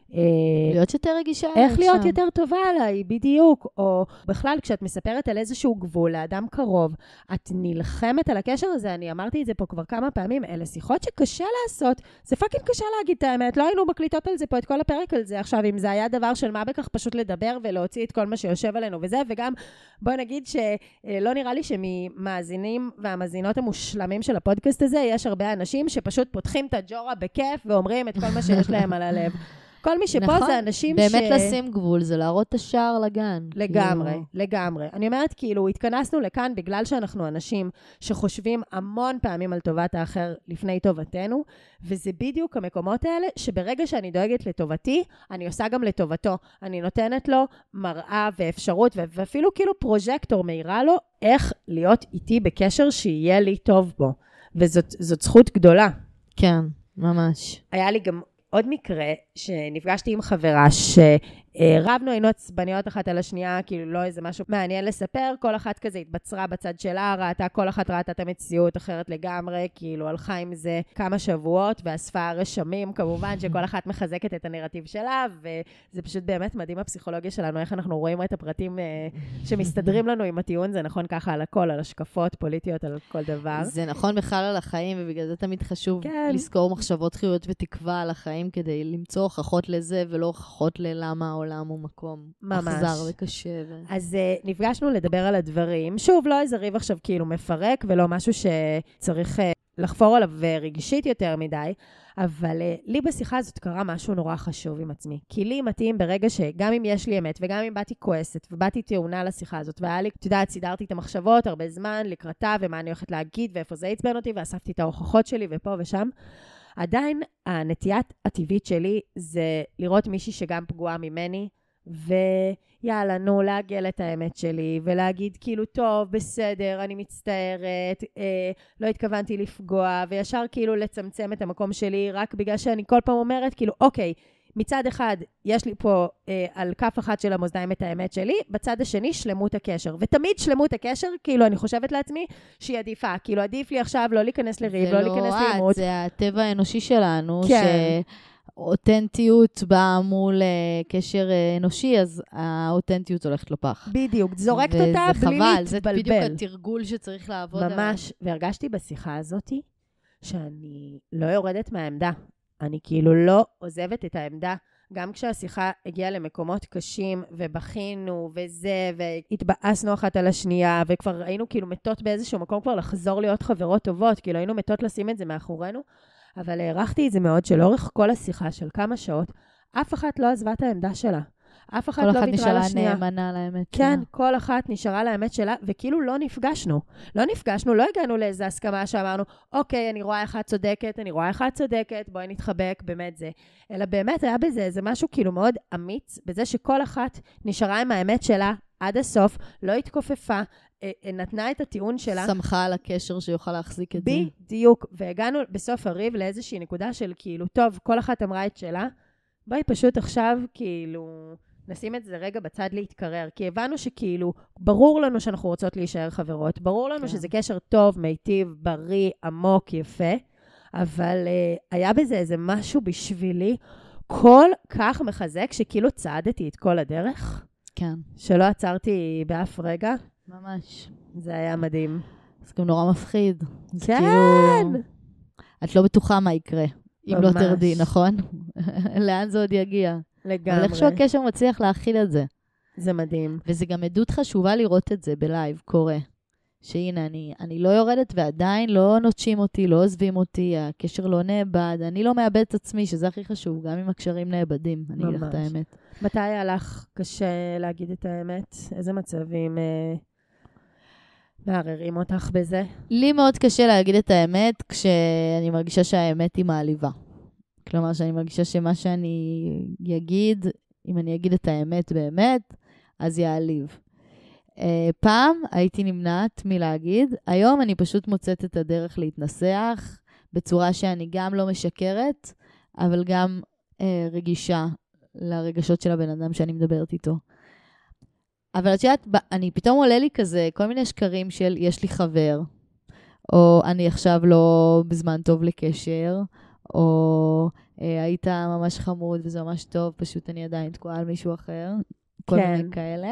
להיות יותר רגישה. איך להיות יותר טובה עליי, בדיוק. או בכלל, כשאת מספרת על איזשהו גבול לאדם קרוב, את נלחמת על הקשר הזה, אני אמרתי את זה פה כבר כמה פעמים, אלה שיחות שקשה לעשות, זה פאקינג קשה להגיד את האמת, לא היינו מקליטות על זה פה את כל הפרק על זה. עכשיו, אם זה היה דבר של מה בכך פשוט לדבר ולהוציא את כל מה שיושב עלינו וזה, וגם בואי נגיד שלא נראה לי שממאזינים והמאזינות המושלמים של הפודקאסט הזה, יש הרבה אנשים שפשוט פותחים את הג'ורה בכיף ואומרים את כל מה שיש להם על הלב. כל מי שפה נכון, זה אנשים באמת ש... באמת לשים גבול, זה להראות את השער לגן. לגמרי, כאילו... לגמרי. אני אומרת, כאילו, התכנסנו לכאן בגלל שאנחנו אנשים שחושבים המון פעמים על טובת האחר לפני טובתנו, וזה בדיוק המקומות האלה שברגע שאני דואגת לטובתי, אני עושה גם לטובתו. אני נותנת לו מראה ואפשרות, ואפילו כאילו פרוז'קטור מהירה לו, איך להיות איתי בקשר שיהיה לי טוב בו. וזאת זאת זכות גדולה. כן, ממש. היה לי גם... עוד מקרה שנפגשתי עם חברה שרבנו, היינו עצבניות אחת על השנייה, כאילו לא איזה משהו מעניין לספר, כל אחת כזה התבצרה בצד שלה, ראתה, כל אחת ראתה את המציאות אחרת לגמרי, כאילו הלכה עם זה כמה שבועות, ואספה רשמים כמובן, שכל אחת מחזקת את הנרטיב שלה, וזה פשוט באמת מדהים הפסיכולוגיה שלנו, איך אנחנו רואים את הפרטים שמסתדרים לנו עם הטיעון, זה נכון ככה על הכל, על השקפות פוליטיות, על כל דבר. זה נכון בכלל על החיים, ובגלל זה תמיד חשוב כן. לזכור מחשבות חיוביות ותקווה על החיים, כדי למצוא הוכחות לזה, ולא הוכחות ללמה העולם הוא מקום אכזר וקשה. ו... אז uh, נפגשנו לדבר על הדברים. שוב, לא איזה ריב עכשיו כאילו מפרק, ולא משהו שצריך uh, לחפור עליו רגשית יותר מדי, אבל uh, לי בשיחה הזאת קרה משהו נורא חשוב עם עצמי. כי לי מתאים ברגע שגם אם יש לי אמת, וגם אם באתי כועסת, ובאתי טעונה לשיחה הזאת, והיה לי, אתה יודעת, סידרתי את המחשבות הרבה זמן, לקראתה, ומה אני הולכת להגיד, ואיפה זה עצבן אותי, ואספתי את ההוכחות שלי, ופה ושם. עדיין הנטיית הטבעית שלי זה לראות מישהי שגם פגועה ממני, ויאללה, נו, להגל את האמת שלי, ולהגיד כאילו, טוב, בסדר, אני מצטערת, אה, לא התכוונתי לפגוע, וישר כאילו לצמצם את המקום שלי, רק בגלל שאני כל פעם אומרת, כאילו, אוקיי, מצד אחד, יש לי פה אה, על כף אחת של המאזניים את האמת שלי, בצד השני, שלמות הקשר. ותמיד שלמות הקשר, כאילו, אני חושבת לעצמי שהיא עדיפה. כאילו, עדיף לי עכשיו לא להיכנס לריב, לא להיכנס לעימות. זה הטבע האנושי שלנו, כן. שאותנטיות באה מול קשר אנושי, אז האותנטיות הולכת לפח. בדיוק, זורקת אותה בלי להתבלבל. זה בדיוק התרגול שצריך לעבוד. ממש, והרגשתי בשיחה הזאת, שאני לא יורדת מהעמדה. אני כאילו לא עוזבת את העמדה, גם כשהשיחה הגיעה למקומות קשים, ובכינו, וזה, והתבאסנו אחת על השנייה, וכבר היינו כאילו מתות באיזשהו מקום כבר לחזור להיות חברות טובות, כאילו היינו מתות לשים את זה מאחורינו, אבל הערכתי את זה מאוד, שלאורך כל השיחה של כמה שעות, אף אחת לא עזבה את העמדה שלה. אף אחת לא ויתרה לשנייה. כל אחת נשארה נאמנה לאמת שלה. כן, כל אחת נשארה לאמת שלה, וכאילו לא נפגשנו. לא נפגשנו, לא הגענו לאיזו הסכמה שאמרנו, אוקיי, אני רואה אחת צודקת, אני רואה אחת צודקת, בואי נתחבק, באמת זה. אלא באמת היה בזה איזה משהו כאילו מאוד אמיץ, בזה שכל אחת נשארה עם האמת שלה עד הסוף, לא התכופפה, נתנה את הטיעון שלה. שמחה על הקשר שיוכל להחזיק את זה. בדיוק, והגענו בסוף הריב לאיזושהי נקודה של כאילו, טוב, כל אחת אמרה את שלה, בואי פשוט עכשיו כאילו נשים את זה רגע בצד להתקרר, כי הבנו שכאילו ברור לנו שאנחנו רוצות להישאר חברות, ברור לנו כן. שזה קשר טוב, מיטיב, בריא, עמוק, יפה, אבל uh, היה בזה איזה משהו בשבילי כל כך מחזק שכאילו צעדתי את כל הדרך. כן. שלא עצרתי באף רגע. ממש. זה היה מדהים. זה גם נורא מפחיד. כן. כאילו, את לא בטוחה מה יקרה, אם לא ממש. תרדי, נכון? לאן זה עוד יגיע? לגמרי. אבל איכשהו הקשר מצליח להכיל את זה. זה מדהים. וזה גם עדות חשובה לראות את זה בלייב, קורה. שהנה, אני, אני לא יורדת ועדיין לא נוטשים אותי, לא עוזבים אותי, הקשר לא נאבד, אני לא מאבד את עצמי, שזה הכי חשוב, גם אם הקשרים נאבדים, אני אגיד לך את האמת. מתי היה לך קשה להגיד את האמת? איזה מצבים אה, מערערים אותך בזה? לי מאוד קשה להגיד את האמת, כשאני מרגישה שהאמת היא מעליבה. כלומר, שאני מרגישה שמה שאני אגיד, אם אני אגיד את האמת באמת, אז יעליב. Uh, פעם הייתי נמנעת מלהגיד, היום אני פשוט מוצאת את הדרך להתנסח, בצורה שאני גם לא משקרת, אבל גם uh, רגישה לרגשות של הבן אדם שאני מדברת איתו. אבל את יודעת, אני פתאום עולה לי כזה, כל מיני שקרים של יש לי חבר, או אני עכשיו לא בזמן טוב לקשר, או uh, היית ממש חמוד וזה ממש טוב, פשוט אני עדיין תקועה על מישהו אחר, כל כן. מיני כאלה.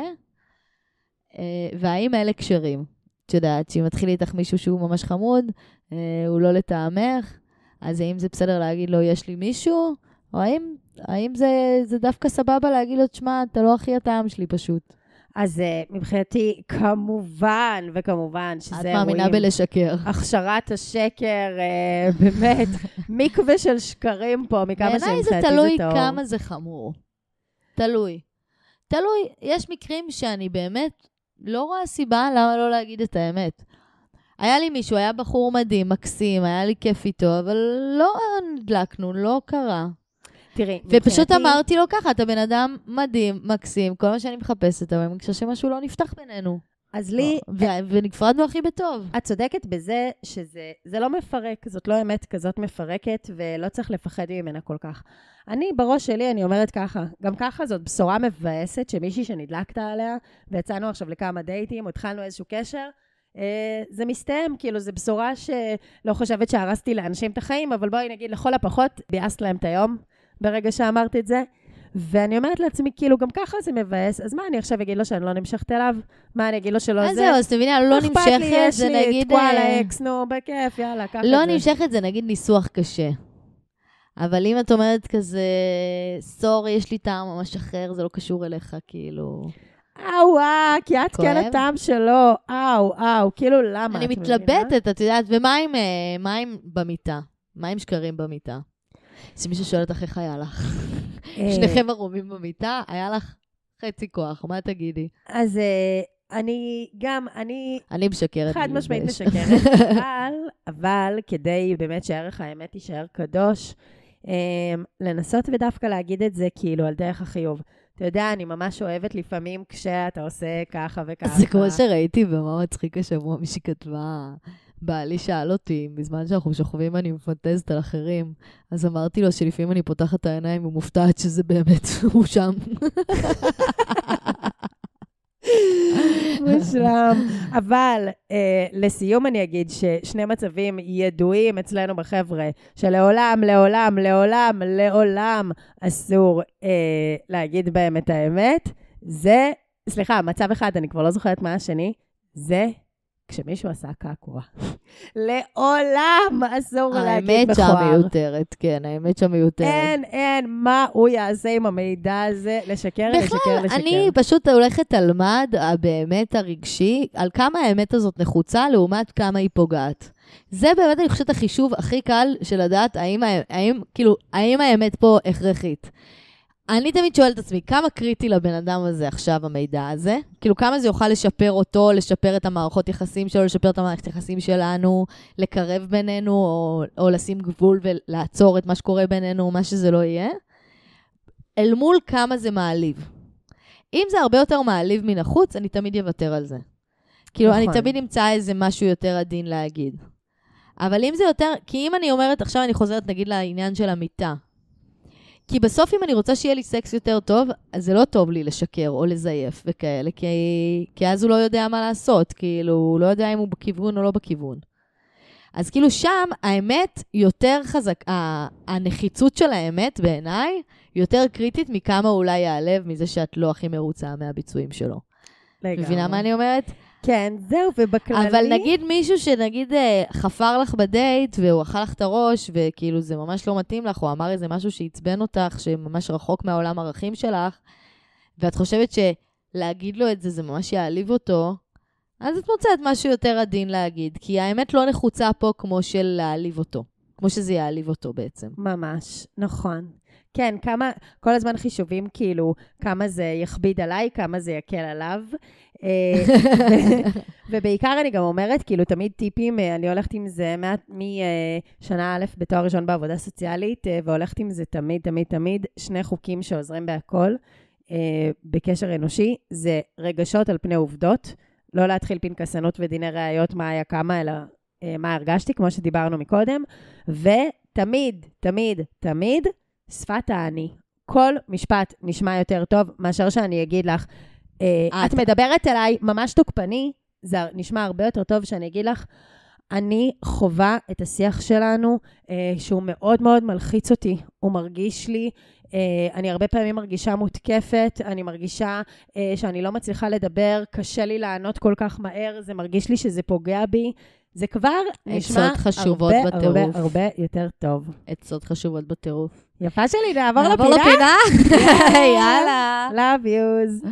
והאם אלה קשרים? את יודעת, שאם מתחיל איתך מישהו שהוא ממש חמוד, הוא לא לטעמך, אז האם זה בסדר להגיד לו, יש לי מישהו? או האם, האם זה, זה דווקא סבבה להגיד לו, תשמע, אתה לא הכי הטעם שלי פשוט? אז מבחינתי, כמובן, וכמובן, שזה את מאמינה בלשקר. הכשרת השקר, באמת, מקווה של שקרים פה, מכמה בעיניי זה תלוי כמה זה חמור. תלוי. תלוי, יש מקרים שאני באמת לא רואה סיבה למה לא להגיד את האמת. היה לי מישהו, היה בחור מדהים, מקסים, היה לי כיף איתו, אבל לא נדלקנו, לא קרה. תראי, ופשוט אמרתי לו ככה, אתה בן אדם מדהים, מקסים, כל מה שאני מחפשת, אבל אני חושב שמשהו לא נפתח בינינו. אז לי... ונפרדנו הכי בטוב. את צודקת בזה שזה לא מפרק, זאת לא אמת כזאת מפרקת, ולא צריך לפחד ממנה כל כך. אני, בראש שלי, אני אומרת ככה, גם ככה זאת בשורה מבאסת, שמישהי שנדלקת עליה, ויצאנו עכשיו לכמה דייטים, התחלנו איזשהו קשר, זה מסתיים, כאילו, זה בשורה שלא חושבת שהרסתי לאנשים את החיים, אבל בואי נגיד, לכל הפחות, ביאסת להם את היום, ברגע שאמרתי את זה, ואני אומרת לעצמי, כאילו, גם ככה זה מבאס, אז מה אני עכשיו אגיד לו שאני לא נמשכת אליו? מה אני אגיד לו שלא זה? אז זהו, אז תביני, לא נמשכת, זה נגיד... אכפת לי, יש לי, תקוע על האקס, נו, בכיף, יאללה, ככה זה. לא נמשכת, זה נגיד ניסוח קשה. אבל אם את אומרת כזה, סורי, יש לי טעם ממש אחר, זה לא קשור אליך, כאילו... אאו, אה, כי את כן הטעם שלו, אאו, אאו, כאילו, למה? אני מתלבטת, את יודעת, ומה עם במיטה? מה עם שקרים במיטה? זה מישהו שואל אותך איך היה לך. שניכם ערומים במיטה, היה לך חצי כוח, מה תגידי? אז אני גם, אני... אני משקרת. חד משמעית משקרת, אבל, אבל כדי באמת שערך האמת יישאר קדוש, לנסות ודווקא להגיד את זה כאילו על דרך החיוב. אתה יודע, אני ממש אוהבת לפעמים כשאתה עושה ככה וככה. זה כמו שראיתי במה מצחיק השבוע, מישהי כתבה, בעלי שאל אותי, בזמן שאנחנו שוכבים אני מפנטזת על אחרים, אז אמרתי לו שלפעמים אני פותחת את העיניים ומופתעת שזה באמת הוא שם. מושלם. אבל אה, לסיום אני אגיד ששני מצבים ידועים אצלנו בחבר'ה, שלעולם, לעולם, לעולם, לעולם אסור אה, להגיד בהם את האמת. זה, סליחה, מצב אחד, אני כבר לא זוכרת מה השני, זה כשמישהו עשה קעקוע. לעולם אסור להגיד מכוער. האמת שם מיותרת, כן, האמת שם מיותרת. אין, אין, מה הוא יעשה עם המידע הזה? לשקר, לשקר, לשקר. בכלל, אני פשוט הולכת על מד, באמת הרגשי, על כמה האמת הזאת נחוצה, לעומת כמה היא פוגעת. זה באמת, אני חושבת, החישוב הכי קל של לדעת, האם, האם, כאילו, האם האמת פה הכרחית. אני תמיד שואלת את עצמי, כמה קריטי לבן אדם הזה עכשיו המידע הזה? כאילו, כמה זה יוכל לשפר אותו, לשפר את המערכות יחסים שלו, לשפר את המערכת יחסים שלנו, לקרב בינינו, או, או לשים גבול ולעצור את מה שקורה בינינו, מה שזה לא יהיה? אל מול כמה זה מעליב. אם זה הרבה יותר מעליב מן החוץ, אני תמיד אוותר על זה. כאילו, נכון. אני תמיד אמצא איזה משהו יותר עדין להגיד. אבל אם זה יותר, כי אם אני אומרת, עכשיו אני חוזרת נגיד לעניין של המיטה, כי בסוף אם אני רוצה שיהיה לי סקס יותר טוב, אז זה לא טוב לי לשקר או לזייף וכאלה, כי, כי אז הוא לא יודע מה לעשות, כאילו, הוא לא יודע אם הוא בכיוון או לא בכיוון. אז כאילו שם האמת יותר חזק, הנחיצות של האמת בעיניי יותר קריטית מכמה אולי יעלב מזה שאת לא הכי מרוצה מהביצועים שלו. לגמרי. מבינה מה אני אומרת? כן, זהו, ובכללי... אבל נגיד מישהו שנגיד חפר לך בדייט, והוא אכל לך את הראש, וכאילו זה ממש לא מתאים לך, או אמר איזה משהו שעצבן אותך, שממש רחוק מהעולם ערכים שלך, ואת חושבת שלהגיד לו את זה, זה ממש יעליב אותו, אז את מוצאת משהו יותר עדין להגיד, כי האמת לא נחוצה פה כמו של להעליב אותו, כמו שזה יעליב אותו בעצם. ממש, נכון. כן, כמה, כל הזמן חישובים כאילו, כמה זה יכביד עליי, כמה זה יקל עליו. ובעיקר אני גם אומרת, כאילו תמיד טיפים, אני הולכת עם זה משנה א' בתואר ראשון בעבודה סוציאלית, והולכת עם זה תמיד, תמיד, תמיד, שני חוקים שעוזרים בהכל, בקשר אנושי, זה רגשות על פני עובדות, לא להתחיל פנקסנות ודיני ראיות מה היה כמה, אלא מה הרגשתי, כמו שדיברנו מקודם, ותמיד, תמיד, תמיד, שפת העני. כל משפט נשמע יותר טוב, מאשר שאני אגיד לך, את מדברת אליי ממש תוקפני, זה נשמע הרבה יותר טוב שאני אגיד לך, אני חובה את השיח שלנו, שהוא מאוד מאוד מלחיץ אותי, הוא מרגיש לי, אני הרבה פעמים מרגישה מותקפת, אני מרגישה שאני לא מצליחה לדבר, קשה לי לענות כל כך מהר, זה מרגיש לי שזה פוגע בי, זה כבר נשמע הרבה, הרבה, הרבה יותר טוב. עצות חשובות בטירוף. יפה שלי, נעבור לפינה? נעבור לפינה? יאללה. Love yous.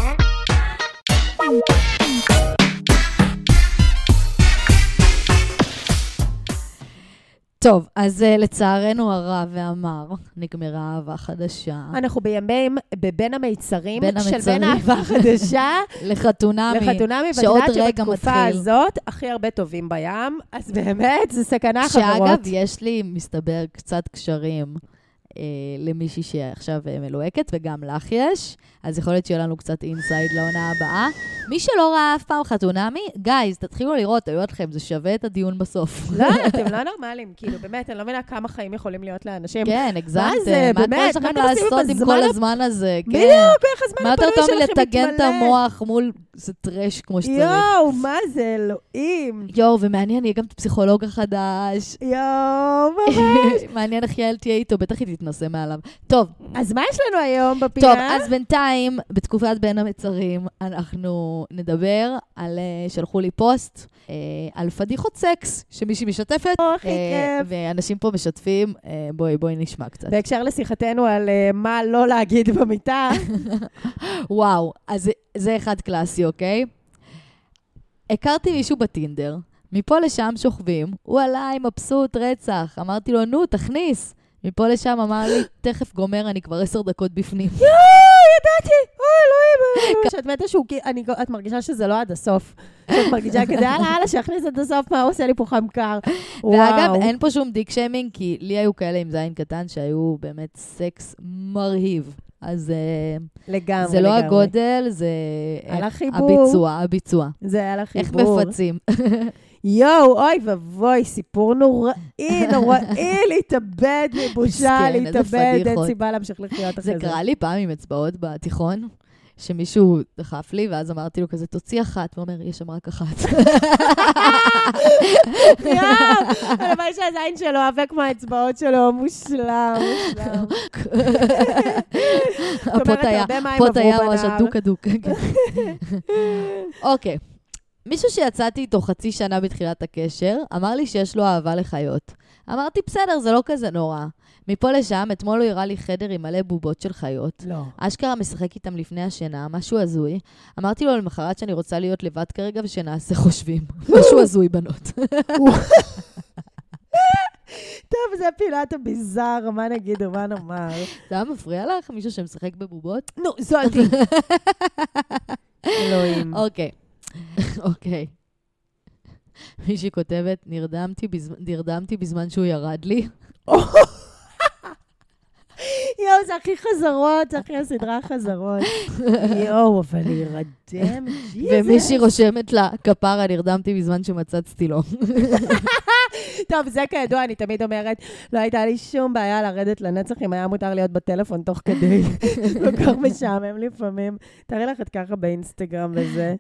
טוב, אז uh, לצערנו הרע והמר, נגמרה אהבה חדשה. אנחנו בימים, בבין המיצרים, בין של בין אהבה חדשה, לחתונמי, לחתונמי, שעוד רגע מתחיל. שבתקופה הזאת, הכי הרבה טובים בים, אז באמת, זה סכנה חברות. שאגב, יש לי, מסתבר, קצת קשרים אה, למישהי שעכשיו אה, מלוהקת, וגם לך יש, אז יכול להיות שיהיה לנו קצת אינסייד לעונה הבאה. מי שלא ראה אף פעם חתונמי, גייז, תתחילו לראות, תראו אתכם, זה שווה את הדיון בסוף. לא, אתם לא נורמלים, כאילו, באמת, אני לא מבינה כמה חיים יכולים להיות לאנשים. כן, הגזמתם. מה כבר שלכם לעשות עם כל הזמן הזה? בדיוק, איך הזמן הפנוי שלכם מתמלא. מה אתה לטגן את המוח מול זה טרש כמו שצריך? יואו, מה זה, אלוהים. יואו, ומעניין, יהיה גם את הפסיכולוג החדש. יואו, ממש. מעניין איך יעל תהיה איתו, בטח היא תתנסה מעליו. טוב. אז מה יש לנו היום בפינה? טוב, אז בינתיים, בתקופת בין המצרים, אנחנו נדבר על, שלחו לי פוסט, על פדיחות סקס, שמישהי משתפת. או, הכי כיף. ואנשים פה משתפים, בואי, בואי נשמע קצת. בהקשר לשיחתנו על מה לא להגיד במיטה. וואו, אז זה אחד קלאסי, אוקיי? הכרתי מישהו בטינדר, מפה לשם שוכבים, הוא עליי מבסוט רצח, אמרתי לו, נו, תכניס. מפה לשם אמר לי, תכף גומר, אני כבר עשר דקות בפנים. יואו, ידעתי, אוי, אלוהים. כשאת מתה שהוא, את מרגישה שזה לא עד הסוף. את מרגישה כזה, יאללה, יאללה, שיכניס עד הסוף, מה הוא עושה לי פה חם קר. ואגב, אין פה שום דיק שיימינג, כי לי היו כאלה עם זין קטן, שהיו באמת סקס מרהיב. אז לגמרי, זה לא הגודל, זה הביצוע, הביצוע. זה על החיבור. איך מפצים. יואו, אוי ובוי, סיפור נוראי, נוראי, להתאבד מבושה, להתאבד, אין סיבה להמשיך לחיות אחרי זה. זה קרה לי פעם עם אצבעות בתיכון, שמישהו דחף לי, ואז אמרתי לו כזה, תוציא אחת, והוא אומר, יש שם רק אחת. יואו, הלוואי שהזין שלו אהבה כמו האצבעות שלו, מושלם, מושלם. הפות היה ממש הדוק הדוק. אוקיי. מישהו שיצאתי איתו חצי שנה בתחילת הקשר, אמר לי שיש לו אהבה לחיות. אמרתי, בסדר, זה לא כזה נורא. מפה לשם, אתמול הוא הראה לי חדר עם מלא בובות של חיות. לא. אשכרה משחק איתם לפני השינה, משהו הזוי. אמרתי לו למחרת שאני רוצה להיות לבד כרגע ושנעשה חושבים. משהו הזוי, בנות. טוב, זה פינת הביזר, מה נגיד ומה נאמר. זה היה מפריע לך? מישהו שמשחק בבובות? נו, זולתי. אלוהים. אוקיי. אוקיי. מישהי כותבת, נרדמתי, בזמן, נרדמתי בזמן שהוא ירד לי. יואו, זה הכי חזרות, זה הכי הסדרה חזרות. יואו, אבל להירדם, ג'יזס. ומישהי רושמת לה, כפרה, נרדמתי בזמן שמצצתי לו. טוב, זה כידוע, אני תמיד אומרת, לא הייתה לי שום בעיה לרדת לנצח, אם היה מותר להיות בטלפון תוך כדי. כל כך משעמם לפעמים. תראי לך את ככה באינסטגרם וזה.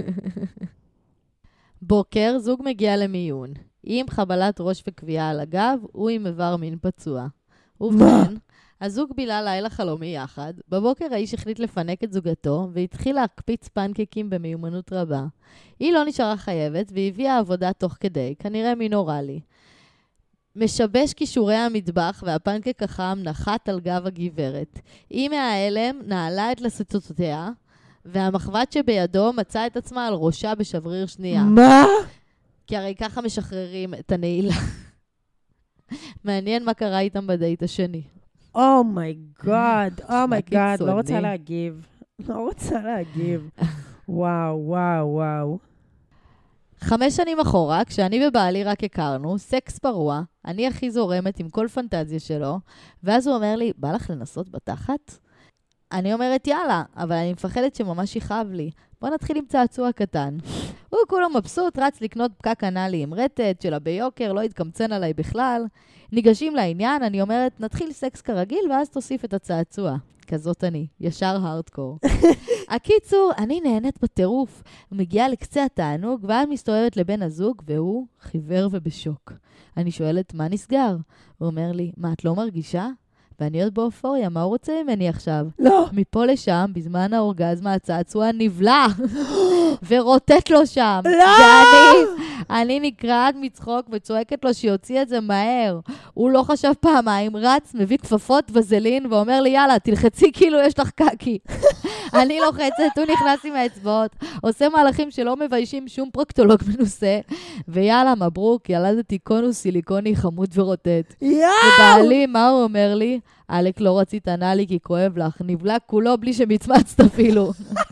בוקר, זוג מגיע למיון. היא עם חבלת ראש וקביעה על הגב, הוא עם איבר מין פצוע. ובכן, הזוג בילה לילה חלומי יחד. בבוקר האיש החליט לפנק את זוגתו, והתחיל להקפיץ פנקקים במיומנות רבה. היא לא נשארה חייבת, והביאה עבודה תוך כדי, כנראה מינורלי. משבש כישורי המטבח, והפנקק החם נחת על גב הגברת. היא מההלם נעלה את לסטותיה, והמחבת שבידו מצא את עצמה על ראשה בשבריר שנייה. מה? כי הרי ככה משחררים את הנעילה. מעניין מה קרה איתם בדייט השני. אומייגאד, אומייגאד, לא קיצוני. רוצה להגיב. לא רוצה להגיב. וואו, וואו, וואו. חמש שנים אחורה, כשאני ובעלי רק הכרנו, סקס פרוע, אני הכי זורמת עם כל פנטזיה שלו, ואז הוא אומר לי, בא לך לנסות בתחת? אני אומרת, יאללה, אבל אני מפחדת שממש יכאב לי. בוא נתחיל עם צעצוע קטן. הוא כולו מבסוט, רץ לקנות פקק אנלי עם רטט, שלה ביוקר, לא יתקמצן עליי בכלל. ניגשים לעניין, אני אומרת, נתחיל סקס כרגיל, ואז תוסיף את הצעצוע. כזאת אני, ישר הארדקור. הקיצור, אני נהנית בטירוף, מגיעה לקצה התענוג, ואז מסתובבת לבן הזוג, והוא חיוור ובשוק. אני שואלת, מה נסגר? הוא אומר לי, מה, את לא מרגישה? ואני עוד באופוריה, מה הוא רוצה ממני עכשיו? לא. מפה לשם, בזמן האורגזמה, הצעצוע נבלע, ורוטט לו שם. לא! ואני, אני נקרעת מצחוק וצועקת לו שיוציא את זה מהר. הוא לא חשב פעמיים, רץ, מביא כפפות וזלין, ואומר לי, יאללה, תלחצי כאילו יש לך קקי. אני לוחצת, הוא נכנס עם האצבעות, עושה מהלכים שלא מביישים שום פרוקטולוג מנוסה, ויאללה, מברוק, ילדתי קונוס סיליקוני חמוד ורוטט. יאו! ובעלי, מה הוא אומר לי? אלק, לא רצית ענה לי כי כואב לך, נבלע כולו בלי שמצמצת אפילו.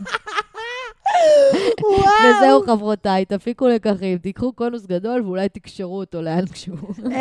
וזהו חברותיי, תפיקו לקחים, תיקחו קונוס גדול ואולי תקשרו אותו לאן כשהוא.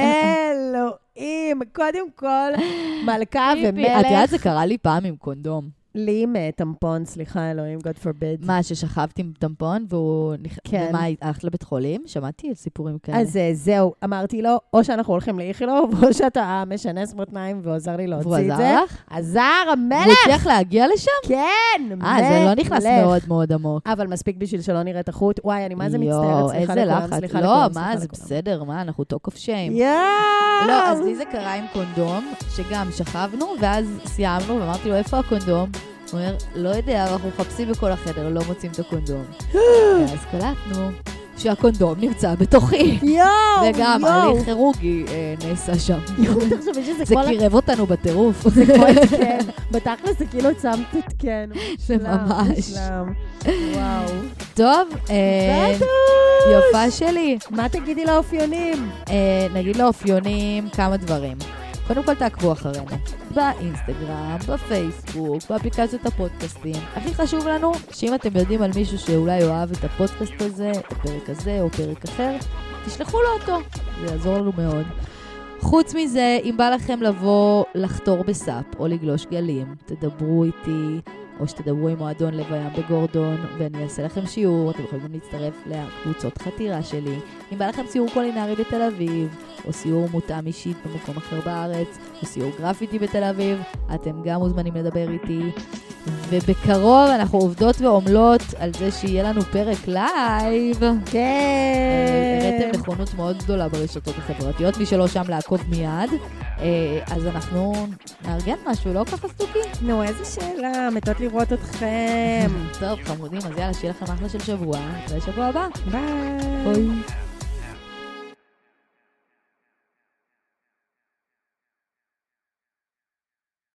אלוהים, קודם כל, מלכה את יודעת, ומלך. זה קרה לי פעם עם קונדום. לי עם טמפון, סליחה אלוהים, God forbid. מה, ששכבתי עם טמפון והוא... כן. ומה, הלכת לבית חולים? שמעתי על סיפורים כאלה. אז אה, זהו, אמרתי לו, או שאנחנו הולכים לאיכילוב, או שאתה משנס מותניים ועוזר לי והוא להוציא את עזר זה. לך? עזר, והוא המלך! הצליח להגיע לשם? כן, אה, זה לא נכנס מלך. מאוד מאוד עמוק. אבל מספיק בשביל שלא נראה את החוט. וואי, אני מה זה יואו, מצטערת, סליחה איזה לכולם, לחץ. סליחה לא, לכולם, מה, סליחה זה לכולם. בסדר, מה, אנחנו talk of shame. יואו! לא, אז לי זה קרה עם קונדום, שגם שכבנו, ואז סיימנו, ואמרתי לו, איפה הקונדום? הוא אומר, לא יודע, אנחנו מחפשים בכל החדר, לא מוצאים את הקונדום. ואז קלטנו שהקונדום נמצא בתוכי. יואו! וגם יואו. הליך כירורגי אה, נעשה שם. יואו, תחשבי שזה זה כל... קירב אותנו בטירוף. זה כמו התקן. בתכל'ס זה כאילו צמת התקן. זה ממש. מושלם. וואו. טוב, אה, בטח! יופה שלי. מה תגידי לאופיונים? אה, נגיד לאופיונים כמה דברים. קודם כל תעקבו אחרינו. באינסטגרם, בפייסבוק, באפליקציות הפודקאסטים. הכי חשוב לנו שאם אתם יודעים על מישהו שאולי אוהב את הפודקאסט הזה, הפרק הזה או פרק אחר, תשלחו לו אותו. זה יעזור לנו מאוד. חוץ מזה, אם בא לכם לבוא לחתור בסאפ או לגלוש גלים, תדברו איתי, או שתדברו עם מועדון לב הים בגורדון, ואני אעשה לכם שיעור. אתם יכולים להצטרף לקבוצות חתירה שלי. אם בא לכם סיור קולינרי בתל אביב, או סיור מותאם אישית במקום אחר בארץ, או סיור גרפיטי בתל אביב, אתם גם מוזמנים לדבר איתי. ובקרוב אנחנו עובדות ועומלות על זה שיהיה לנו פרק לייב. כן. הראיתם נכונות מאוד גדולה ברשתות החברתיות, מי שלא שם לעקוב מיד. אז אנחנו נארגן משהו, לא ככה סטוקי? נו, איזה שאלה, מתות לראות אתכם. טוב, חמודים, אז יאללה, שיהיה לכם אחלה של שבוע, ושבוע הבא. ביי. ביי.